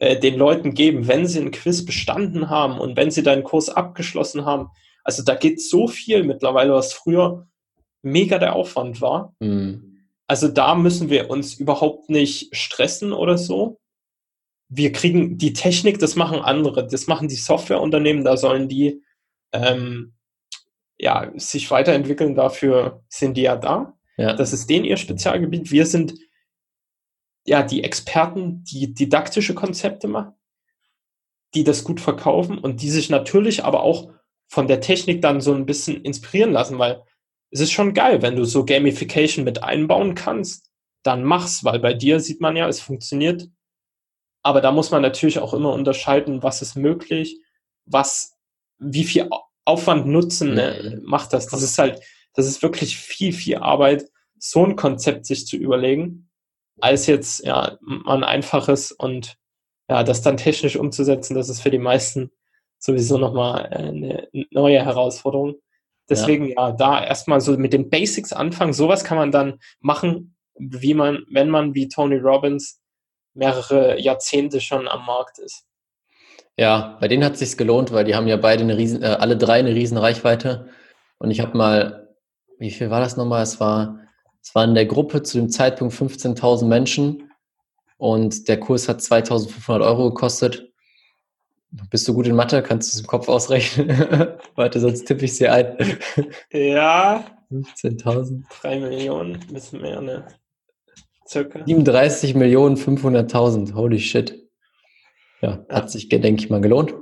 [SPEAKER 2] äh, den Leuten geben, wenn sie einen Quiz bestanden haben und wenn sie deinen Kurs abgeschlossen haben. Also da geht so viel mittlerweile, was früher mega der Aufwand war.
[SPEAKER 1] Mhm.
[SPEAKER 2] Also da müssen wir uns überhaupt nicht stressen oder so. Wir kriegen die Technik, das machen andere, das machen die Softwareunternehmen, da sollen die ähm, ja, sich weiterentwickeln, dafür sind die ja da.
[SPEAKER 1] Ja.
[SPEAKER 2] Das ist denen ihr Spezialgebiet. Wir sind ja die Experten, die didaktische Konzepte machen, die das gut verkaufen und die sich natürlich aber auch von der Technik dann so ein bisschen inspirieren lassen, weil es ist schon geil, wenn du so Gamification mit einbauen kannst, dann mach's, weil bei dir sieht man ja, es funktioniert. Aber da muss man natürlich auch immer unterscheiden, was ist möglich, was, wie viel Aufwand Nutzen ne,
[SPEAKER 1] Mhm.
[SPEAKER 2] macht das. Das ist halt, das ist wirklich viel, viel Arbeit, so ein Konzept sich zu überlegen, als jetzt ja ein einfaches und ja, das dann technisch umzusetzen, das ist für die meisten sowieso nochmal eine neue Herausforderung. Deswegen ja, ja da erstmal so mit den Basics anfangen. Sowas kann man dann machen, wie man, wenn man wie Tony Robbins mehrere Jahrzehnte schon am Markt ist.
[SPEAKER 1] Ja, bei denen hat es sich gelohnt, weil die haben ja beide eine riesen, äh, alle drei eine riesen Reichweite. Und ich habe mal, wie viel war das nochmal? Es war, es war in der Gruppe zu dem Zeitpunkt fünfzehntausend Menschen und der Kurs hat zweitausendfünfhundert Euro gekostet. Bist du gut in Mathe? Kannst du es im Kopf ausrechnen? Warte, sonst tippe ich es dir ein.
[SPEAKER 2] Ja.
[SPEAKER 1] fünfzehntausend.
[SPEAKER 2] Drei Millionen, ein bisschen mehr, ne? Circa.
[SPEAKER 1] siebenunddreißig Millionen fünfhunderttausend. Holy shit. Ja,
[SPEAKER 2] Ja.
[SPEAKER 1] hat sich, denke ich mal, gelohnt.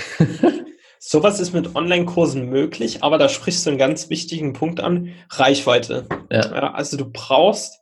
[SPEAKER 2] Sowas ist mit Online-Kursen möglich, aber da sprichst du einen ganz wichtigen Punkt an, Reichweite.
[SPEAKER 1] Ja.
[SPEAKER 2] Ja, also du brauchst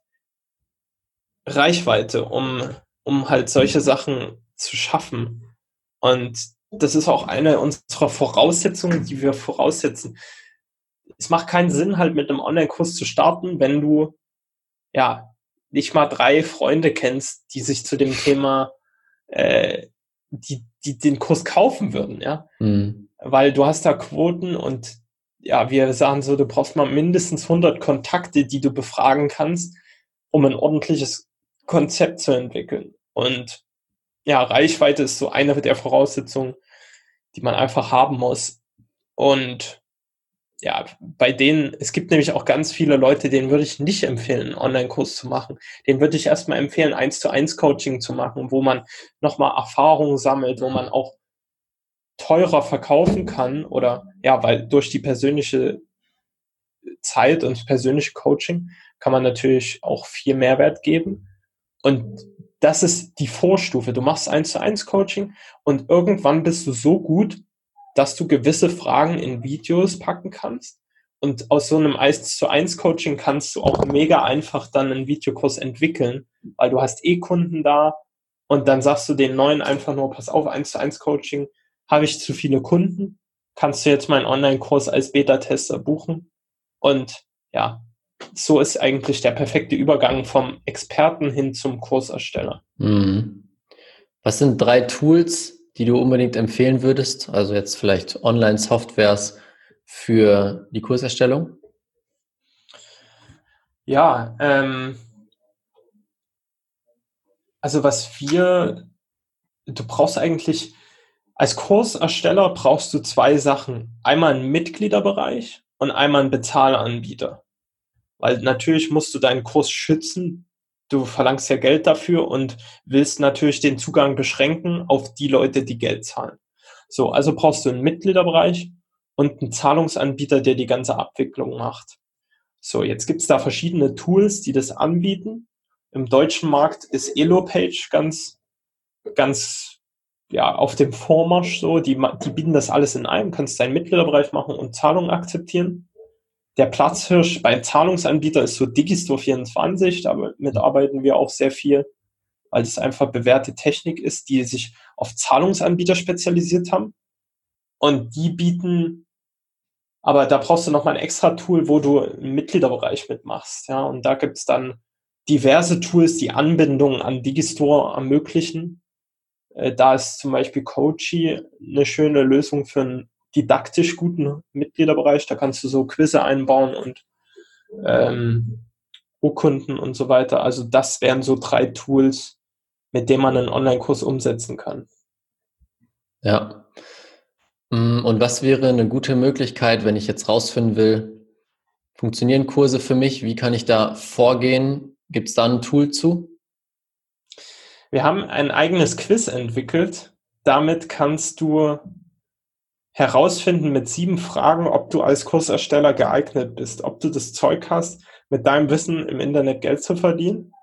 [SPEAKER 2] Reichweite, um, um halt solche Sachen zu schaffen. Und das ist auch eine unserer Voraussetzungen, die wir voraussetzen. Es macht keinen Sinn, halt mit einem Online-Kurs zu starten, wenn du ja nicht mal drei Freunde kennst, die sich zu dem Thema äh, die, die den Kurs kaufen würden, ja.
[SPEAKER 1] Mhm.
[SPEAKER 2] Weil du hast da Quoten und ja, wir sagen so, du brauchst mal mindestens hundert Kontakte, die du befragen kannst, um ein ordentliches Konzept zu entwickeln. Und ja, Reichweite ist so eine der Voraussetzungen, die man einfach haben muss. Und ja, bei denen, es gibt nämlich auch ganz viele Leute, denen würde ich nicht empfehlen, einen Online-Kurs zu machen. Denen würde ich erstmal empfehlen, eins zu eins Coaching zu machen, wo man nochmal Erfahrungen sammelt, wo man auch teurer verkaufen kann oder ja, weil durch die persönliche Zeit und persönliche Coaching kann man natürlich auch viel Mehrwert geben. Und das ist die Vorstufe. Du machst eins zu eins Coaching und irgendwann bist du so gut, dass du gewisse Fragen in Videos packen kannst. Und aus so einem eins zu eins Coaching kannst du auch mega einfach dann einen Videokurs entwickeln, weil du hast eh Kunden da und dann sagst du den neuen einfach nur, pass auf, eins zu eins Coaching, habe ich zu viele Kunden, kannst du jetzt meinen Online-Kurs als Beta-Tester buchen. Und ja, so ist eigentlich der perfekte Übergang vom Experten hin zum Kursersteller.
[SPEAKER 1] Mhm. Was sind drei Tools, die du unbedingt empfehlen würdest? Also jetzt vielleicht Online-Softwares für die Kurserstellung?
[SPEAKER 2] Ja, ähm, also was wir, du brauchst eigentlich, als Kursersteller brauchst du zwei Sachen. Einmal einen Mitgliederbereich und einmal einen Bezahlanbieter. Weil natürlich musst du deinen Kurs schützen. Du verlangst ja Geld dafür und willst natürlich den Zugang beschränken auf die Leute, die Geld zahlen. So, also brauchst du einen Mitgliederbereich und einen Zahlungsanbieter, der die ganze Abwicklung macht. So, jetzt gibt's da verschiedene Tools, die das anbieten. Im deutschen Markt ist Elopage ganz, ganz ja, auf dem Vormarsch so. Die, die bieten das alles in einem. Du kannst deinen Mitgliederbereich machen und Zahlungen akzeptieren. Der Platzhirsch beim Zahlungsanbieter ist so Digistore vierundzwanzig, damit arbeiten wir auch sehr viel, weil es einfach bewährte Technik ist, die sich auf Zahlungsanbieter spezialisiert haben. Und die bieten, aber da brauchst du nochmal ein extra Tool, wo du einen Mitgliederbereich mitmachst. Ja, und da gibt's dann diverse Tools, die Anbindungen an Digistore ermöglichen. Da ist zum Beispiel Coachy eine schöne Lösung für einen didaktisch guten Mitgliederbereich. Da kannst du so Quizze einbauen und ähm, Urkunden und so weiter. Also das wären so drei Tools, mit dem man einen Online-Kurs umsetzen kann.
[SPEAKER 1] Ja. Und was wäre eine gute Möglichkeit, wenn ich jetzt rausfinden will, funktionieren Kurse für mich? Wie kann ich da vorgehen? Gibt es da ein Tool zu?
[SPEAKER 2] Wir haben ein eigenes Quiz entwickelt. Damit kannst du herausfinden mit sieben Fragen, ob du als Kursersteller geeignet bist, ob du das Zeug hast, mit deinem Wissen im Internet Geld zu verdienen.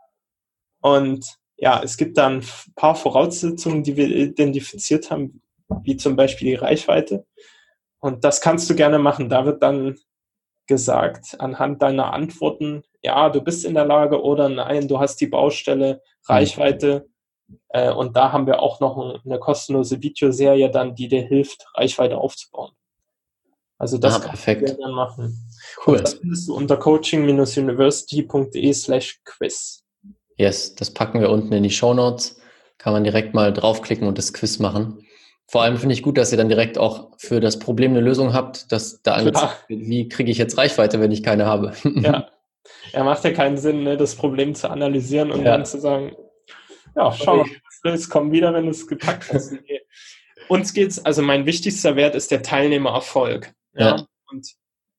[SPEAKER 2] Und ja, es gibt dann ein paar Voraussetzungen, die wir identifiziert haben, wie zum Beispiel die Reichweite. Und das kannst du gerne machen. Da wird dann gesagt, anhand deiner Antworten, ja, du bist in der Lage oder nein, du hast die Baustelle, Reichweite. Äh, und da haben wir auch noch eine kostenlose Videoserie dann, die dir hilft, Reichweite aufzubauen. Also das
[SPEAKER 1] ah,
[SPEAKER 2] kannst
[SPEAKER 1] perfekt.
[SPEAKER 2] du gerne machen.
[SPEAKER 1] Cool.
[SPEAKER 2] Und das findest du unter coaching-university.de slash quiz.
[SPEAKER 1] Yes, das packen wir unten in die Shownotes. Kann man direkt mal draufklicken und das Quiz machen. Vor allem finde ich gut, dass ihr dann direkt auch für das Problem eine Lösung habt, dass da angezeigt wird, wie kriege ich jetzt Reichweite, wenn ich keine habe.
[SPEAKER 2] Ja, ja, macht ja keinen Sinn, ne, das Problem zu analysieren und
[SPEAKER 1] ja.
[SPEAKER 2] dann zu sagen, ja, schau mal, es kommt wieder, wenn du es gepackt hast. Okay. Uns geht's, also mein wichtigster Wert ist der Teilnehmererfolg. Ja? Ja. Und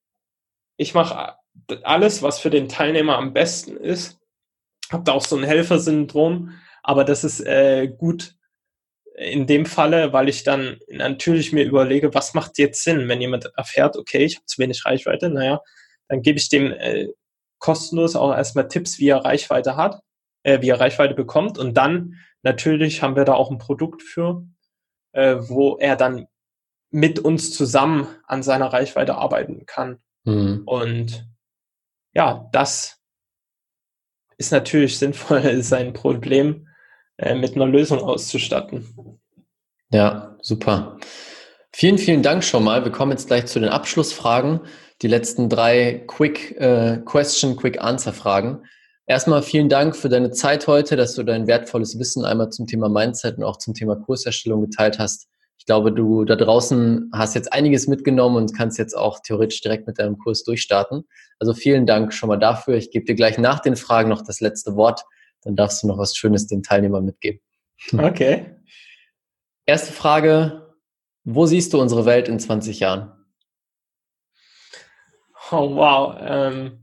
[SPEAKER 2] ich mache alles, was für den Teilnehmer am besten ist. Hab da auch so ein Helfersyndrom, aber das ist äh, gut in dem Falle, weil ich dann natürlich mir überlege, was macht jetzt Sinn, wenn jemand erfährt, okay, ich habe zu wenig Reichweite, naja, dann gebe ich dem äh, kostenlos auch erstmal Tipps, wie er Reichweite hat, äh, wie er Reichweite bekommt, und dann natürlich haben wir da auch ein Produkt für, äh, wo er dann mit uns zusammen an seiner Reichweite arbeiten kann. Mhm. Und ja, das ist natürlich sinnvoll, sein Problem äh, mit einer Lösung auszustatten.
[SPEAKER 1] Ja, super. Vielen, vielen Dank schon mal. Wir kommen jetzt gleich zu den Abschlussfragen. Die letzten drei Quick äh, Question, Quick Answer Fragen. Erstmal vielen Dank für deine Zeit heute, dass du dein wertvolles Wissen einmal zum Thema Mindset und auch zum Thema Kurserstellung geteilt hast. Ich glaube, du da draußen hast jetzt einiges mitgenommen und kannst jetzt auch theoretisch direkt mit deinem Kurs durchstarten. Also vielen Dank schon mal dafür. Ich gebe dir gleich nach den Fragen noch das letzte Wort. Dann darfst du noch was Schönes den Teilnehmern mitgeben.
[SPEAKER 2] Okay.
[SPEAKER 1] Erste Frage. Wo siehst du unsere Welt in zwanzig Jahren?
[SPEAKER 2] Oh, wow. Ähm,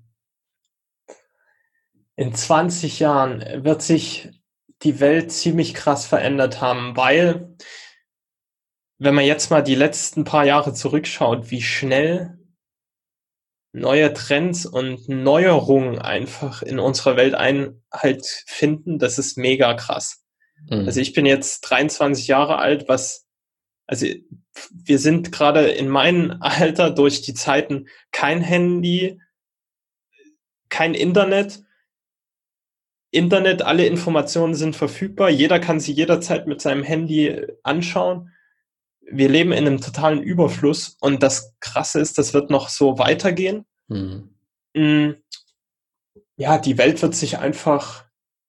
[SPEAKER 2] in zwanzig Jahren wird sich die Welt ziemlich krass verändert haben, weil, wenn man jetzt mal die letzten paar Jahre zurückschaut, wie schnell neue Trends und Neuerungen einfach in unserer Welt Einhalt finden, das ist mega krass. Mhm. Also ich bin jetzt dreiundzwanzig Jahre alt, was, also wir sind gerade in meinem Alter durch die Zeiten kein Handy, kein Internet, Internet, alle Informationen sind verfügbar, jeder kann sie jederzeit mit seinem Handy anschauen. Wir leben in einem totalen Überfluss und das Krasse ist, das wird noch so weitergehen. Mhm. Ja, die Welt wird sich einfach,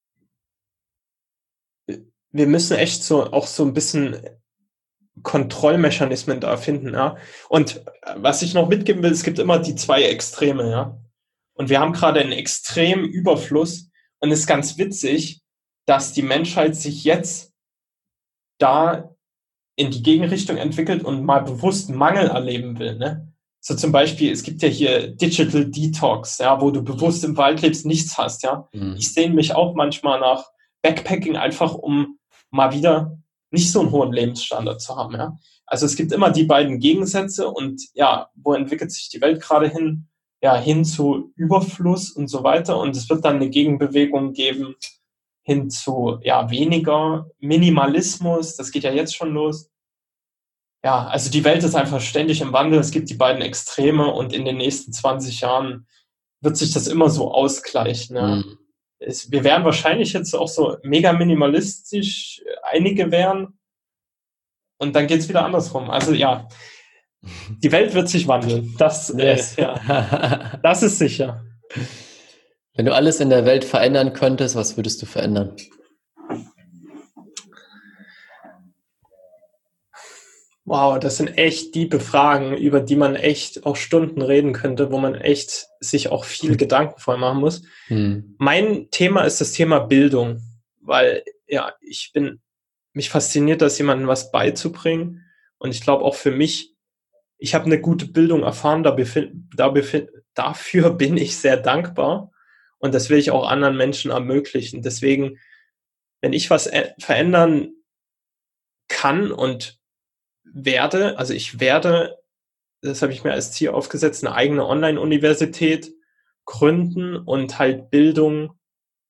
[SPEAKER 2] wir müssen echt so auch so ein bisschen Kontrollmechanismen da finden, ja. Und was ich noch mitgeben will, es gibt immer die zwei Extreme, ja. Und wir haben gerade einen extremen Überfluss und es ist ganz witzig, dass die Menschheit sich jetzt da in die Gegenrichtung entwickelt und mal bewusst Mangel erleben will, ne? So zum Beispiel, es gibt ja hier Digital Detox, ja, wo du bewusst im Wald lebst, nichts hast, ja. Mhm. Ich sehne mich auch manchmal nach Backpacking, einfach um mal wieder nicht so einen hohen Lebensstandard zu haben, ja. Also es gibt immer die beiden Gegensätze und ja, wo entwickelt sich die Welt gerade hin? Ja, hin zu Überfluss und so weiter, und es wird dann eine Gegenbewegung geben hin zu, ja, weniger Minimalismus, das geht ja jetzt schon los. Ja, also die Welt ist einfach ständig im Wandel, es gibt die beiden Extreme und in den nächsten zwanzig Jahren wird sich das immer so ausgleichen, ja. Mhm. Es, wir werden wahrscheinlich jetzt auch so mega minimalistisch, einige werden, und dann geht es wieder andersrum. Also ja, die Welt wird sich wandeln. Das, yes. äh, ja, das ist sicher.
[SPEAKER 1] Wenn du alles in der Welt verändern könntest, was würdest du verändern?
[SPEAKER 2] Wow, das sind echt tiefe Fragen, über die man echt auch Stunden reden könnte, wo man echt sich auch viel hm. Gedanken vorher machen muss. Hm. Mein Thema ist das Thema Bildung, weil ja, ich bin, mich fasziniert das, jemandem was beizubringen. Und ich glaube auch für mich, ich habe eine gute Bildung erfahren, da befin- da befin- dafür bin ich sehr dankbar. Und das will ich auch anderen Menschen ermöglichen. Deswegen, wenn ich was ä- verändern kann und werde, also ich werde, das habe ich mir als Ziel aufgesetzt, eine eigene Online-Universität gründen und halt Bildung,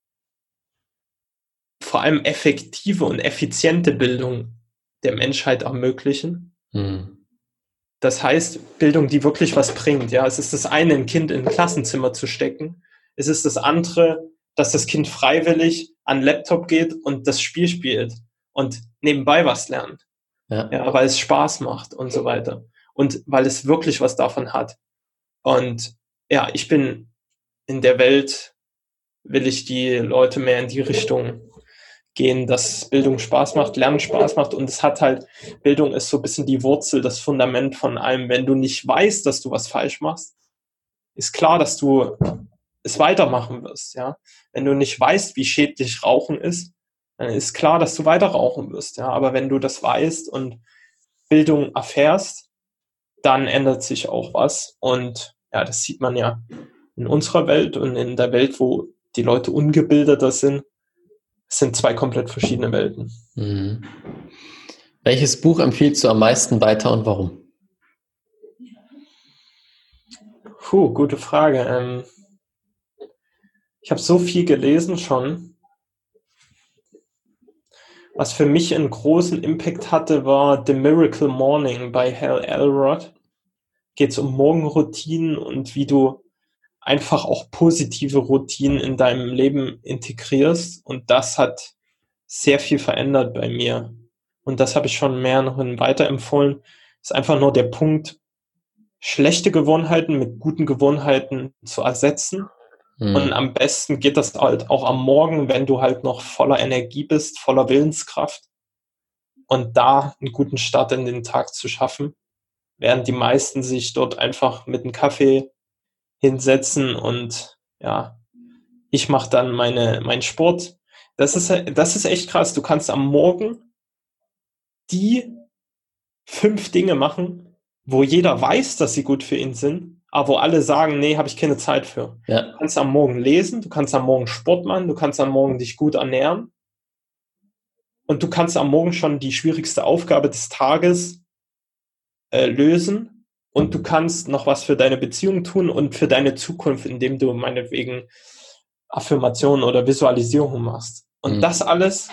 [SPEAKER 2] vor allem effektive und effiziente Bildung der Menschheit ermöglichen.
[SPEAKER 1] Hm.
[SPEAKER 2] Das heißt, Bildung, die wirklich was bringt. Ja, es ist das eine, ein Kind in ein Klassenzimmer zu stecken. Es ist das andere, dass das Kind freiwillig an den Laptop geht und das Spiel spielt und nebenbei was lernt.
[SPEAKER 1] Ja.
[SPEAKER 2] Ja, weil es Spaß macht und so weiter. Und weil es wirklich was davon hat. Und ja, ich bin in der Welt, will ich die Leute mehr in die Richtung gehen, dass Bildung Spaß macht, Lernen Spaß macht. Und es hat halt, Bildung ist so ein bisschen die Wurzel, das Fundament von allem. Wenn du nicht weißt, dass du was falsch machst, ist klar, dass du es weitermachen wirst. Ja, wenn du nicht weißt, wie schädlich Rauchen ist, dann ist klar, dass du weiter rauchen wirst. Ja, aber wenn du das weißt und Bildung erfährst, dann ändert sich auch was. Und ja, das sieht man ja in unserer Welt und in der Welt, wo die Leute ungebildeter sind. Es sind zwei komplett verschiedene Welten.
[SPEAKER 1] Mhm. Welches Buch empfiehlst du am meisten weiter und warum?
[SPEAKER 2] Puh, gute Frage. Ähm, ich habe so viel gelesen schon. Was für mich einen großen Impact hatte, war The Miracle Morning bei Hal Elrod. Geht es um Morgenroutinen und wie du einfach auch positive Routinen in deinem Leben integrierst. Und das hat sehr viel verändert bei mir. Und das habe ich schon mehreren weiterempfohlen. Ist einfach nur der Punkt, schlechte Gewohnheiten mit guten Gewohnheiten zu ersetzen.
[SPEAKER 1] Mhm.
[SPEAKER 2] Und am besten geht das halt auch am Morgen, wenn du halt noch voller Energie bist, voller Willenskraft. Und da einen guten Start in den Tag zu schaffen, während die meisten sich dort einfach mit einem Kaffee hinsetzen und ja, ich mache dann meine, meinen Sport. Das ist, das ist echt krass. Du kannst am Morgen die fünf Dinge machen, wo jeder weiß, dass sie gut für ihn sind, aber wo alle sagen, nee, habe ich keine Zeit für.
[SPEAKER 1] Ja.
[SPEAKER 2] Du kannst am Morgen lesen, du kannst am Morgen Sport machen, du kannst am Morgen dich gut ernähren und du kannst am Morgen schon die schwierigste Aufgabe des Tages äh, lösen und du kannst noch was für deine Beziehung tun und für deine Zukunft, indem du meinetwegen Affirmationen oder Visualisierung machst. Und
[SPEAKER 1] Mhm.
[SPEAKER 2] das alles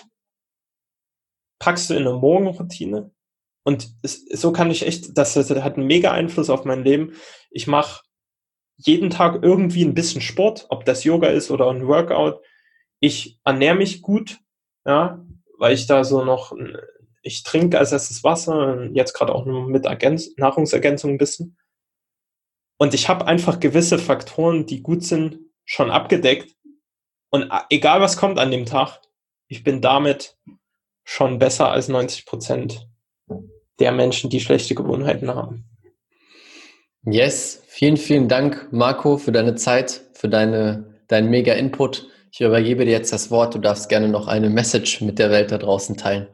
[SPEAKER 2] packst du in eine Morgenroutine. Und es, so kann ich echt, das, das hat einen mega Einfluss auf mein Leben. Ich mache jeden Tag irgendwie ein bisschen Sport, ob das Yoga ist oder ein Workout. Ich ernähre mich gut, ja, weil ich da so noch, ich trinke als erstes Wasser, jetzt gerade auch nur mit Ergänz- Nahrungsergänzung ein bisschen. Und ich habe einfach gewisse Faktoren, die gut sind, schon abgedeckt. Und egal was kommt an dem Tag, ich bin damit schon besser als neunzig Prozent der Menschen, die schlechte Gewohnheiten haben.
[SPEAKER 1] Yes, vielen, vielen Dank, Marco, für deine Zeit, für deine, deinen mega Input. Ich übergebe dir jetzt das Wort. Du darfst gerne noch eine Message mit der Welt da draußen teilen.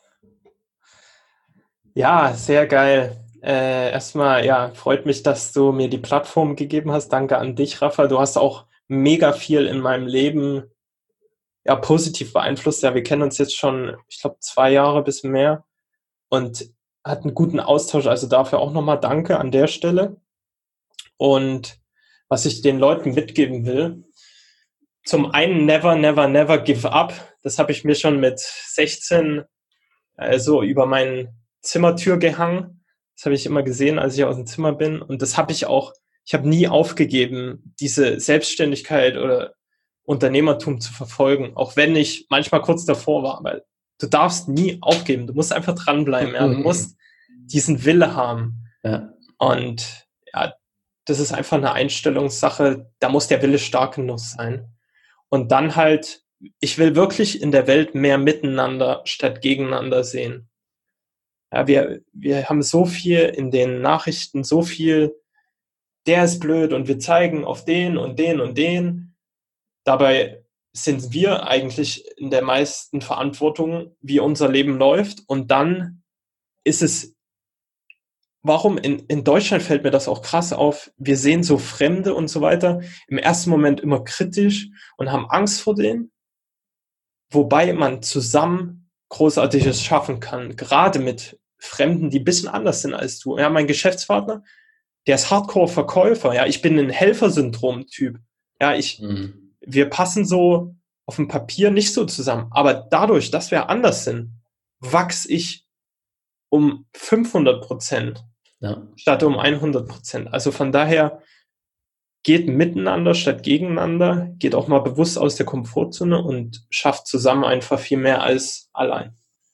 [SPEAKER 2] Ja, sehr geil. Äh, erstmal, ja, freut mich, dass du mir die Plattform gegeben hast. Danke an dich, Rafa. Du hast auch mega viel in meinem Leben ja, positiv beeinflusst. Ja, wir kennen uns jetzt schon, ich glaube, zwei Jahre bis mehr und hatten einen guten Austausch. Also dafür auch nochmal Danke an der Stelle. Und was ich den Leuten mitgeben will, zum einen never, never, never give up. Das habe ich mir schon mit sechzehn also über meine Zimmertür gehangen. Das habe ich immer gesehen, als ich aus dem Zimmer bin. Und das habe ich auch, ich habe nie aufgegeben, diese Selbstständigkeit oder Unternehmertum zu verfolgen, auch wenn ich manchmal kurz davor war. Weil du darfst nie aufgeben, du musst einfach dranbleiben. Ja? Du musst diesen Wille haben.
[SPEAKER 1] Ja.
[SPEAKER 2] Und ja, das ist einfach eine Einstellungssache, da muss der Wille stark genug sein. Und dann halt, ich will wirklich in der Welt mehr miteinander statt gegeneinander sehen. Ja, wir, wir haben so viel in den Nachrichten, so viel, der ist blöd und wir zeigen auf den und den und den. Dabei sind wir eigentlich in der meisten Verantwortung, wie unser Leben läuft. Und dann ist es, warum in, in Deutschland fällt mir das auch krass auf, wir sehen so Fremde und so weiter im ersten Moment immer kritisch und haben Angst vor denen, wobei man zusammen Großartiges schaffen kann, gerade mit Fremden, die ein bisschen anders sind als du. Ja, mein Geschäftspartner, der ist Hardcore-Verkäufer, ja, ich bin ein Helfersyndrom-Typ. Ja, ich, mhm. wir passen so auf dem Papier nicht so zusammen, aber dadurch, dass wir anders sind, wachse ich um fünfhundert Prozent ja. statt um hundert Prozent. Also von daher geht miteinander statt gegeneinander, geht auch mal bewusst aus der Komfortzone und schafft zusammen einfach viel mehr als allein.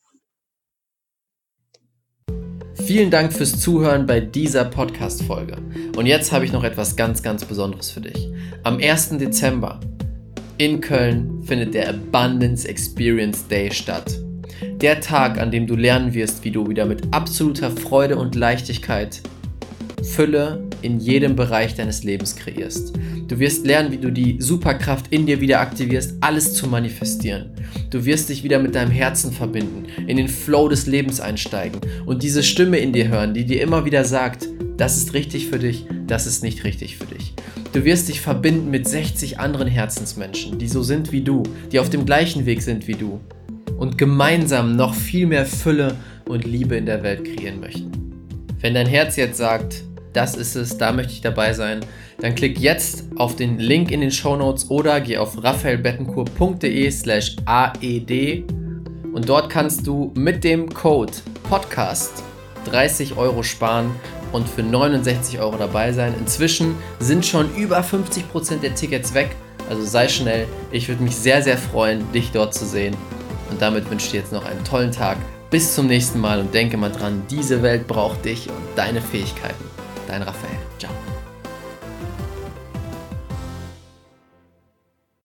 [SPEAKER 1] Vielen Dank fürs Zuhören bei dieser Podcast-Folge. Und jetzt habe ich noch etwas ganz, ganz Besonderes für dich. Am ersten Dezember in Köln findet der Abundance Experience Day statt. Der Tag, an dem du lernen wirst, wie du wieder mit absoluter Freude und Leichtigkeit Fülle in jedem Bereich deines Lebens kreierst. Du wirst lernen, wie du die Superkraft in dir wieder aktivierst, alles zu manifestieren. Du wirst dich wieder mit deinem Herzen verbinden, in den Flow des Lebens einsteigen und diese Stimme in dir hören, die dir immer wieder sagt, das ist richtig für dich, das ist nicht richtig für dich. Du wirst dich verbinden mit sechzig anderen Herzensmenschen, die so sind wie du, die auf dem gleichen Weg sind wie du und gemeinsam noch viel mehr Fülle und Liebe in der Welt kreieren möchten. Wenn dein Herz jetzt sagt, das ist es, da möchte ich dabei sein, dann klick jetzt auf den Link in den Shownotes oder geh auf raphaelbettencourt.de slash aed und dort kannst du mit dem Code Podcast dreißig Euro sparen und für neunundsechzig Euro dabei sein. Inzwischen sind schon über fünfzig Prozent der Tickets weg, also sei schnell. Ich würde mich sehr, sehr freuen, dich dort zu sehen. Und damit wünsche ich dir jetzt noch einen tollen Tag. Bis zum nächsten Mal und denke mal dran, diese Welt braucht dich und deine Fähigkeiten. Dein Raphael. Ciao.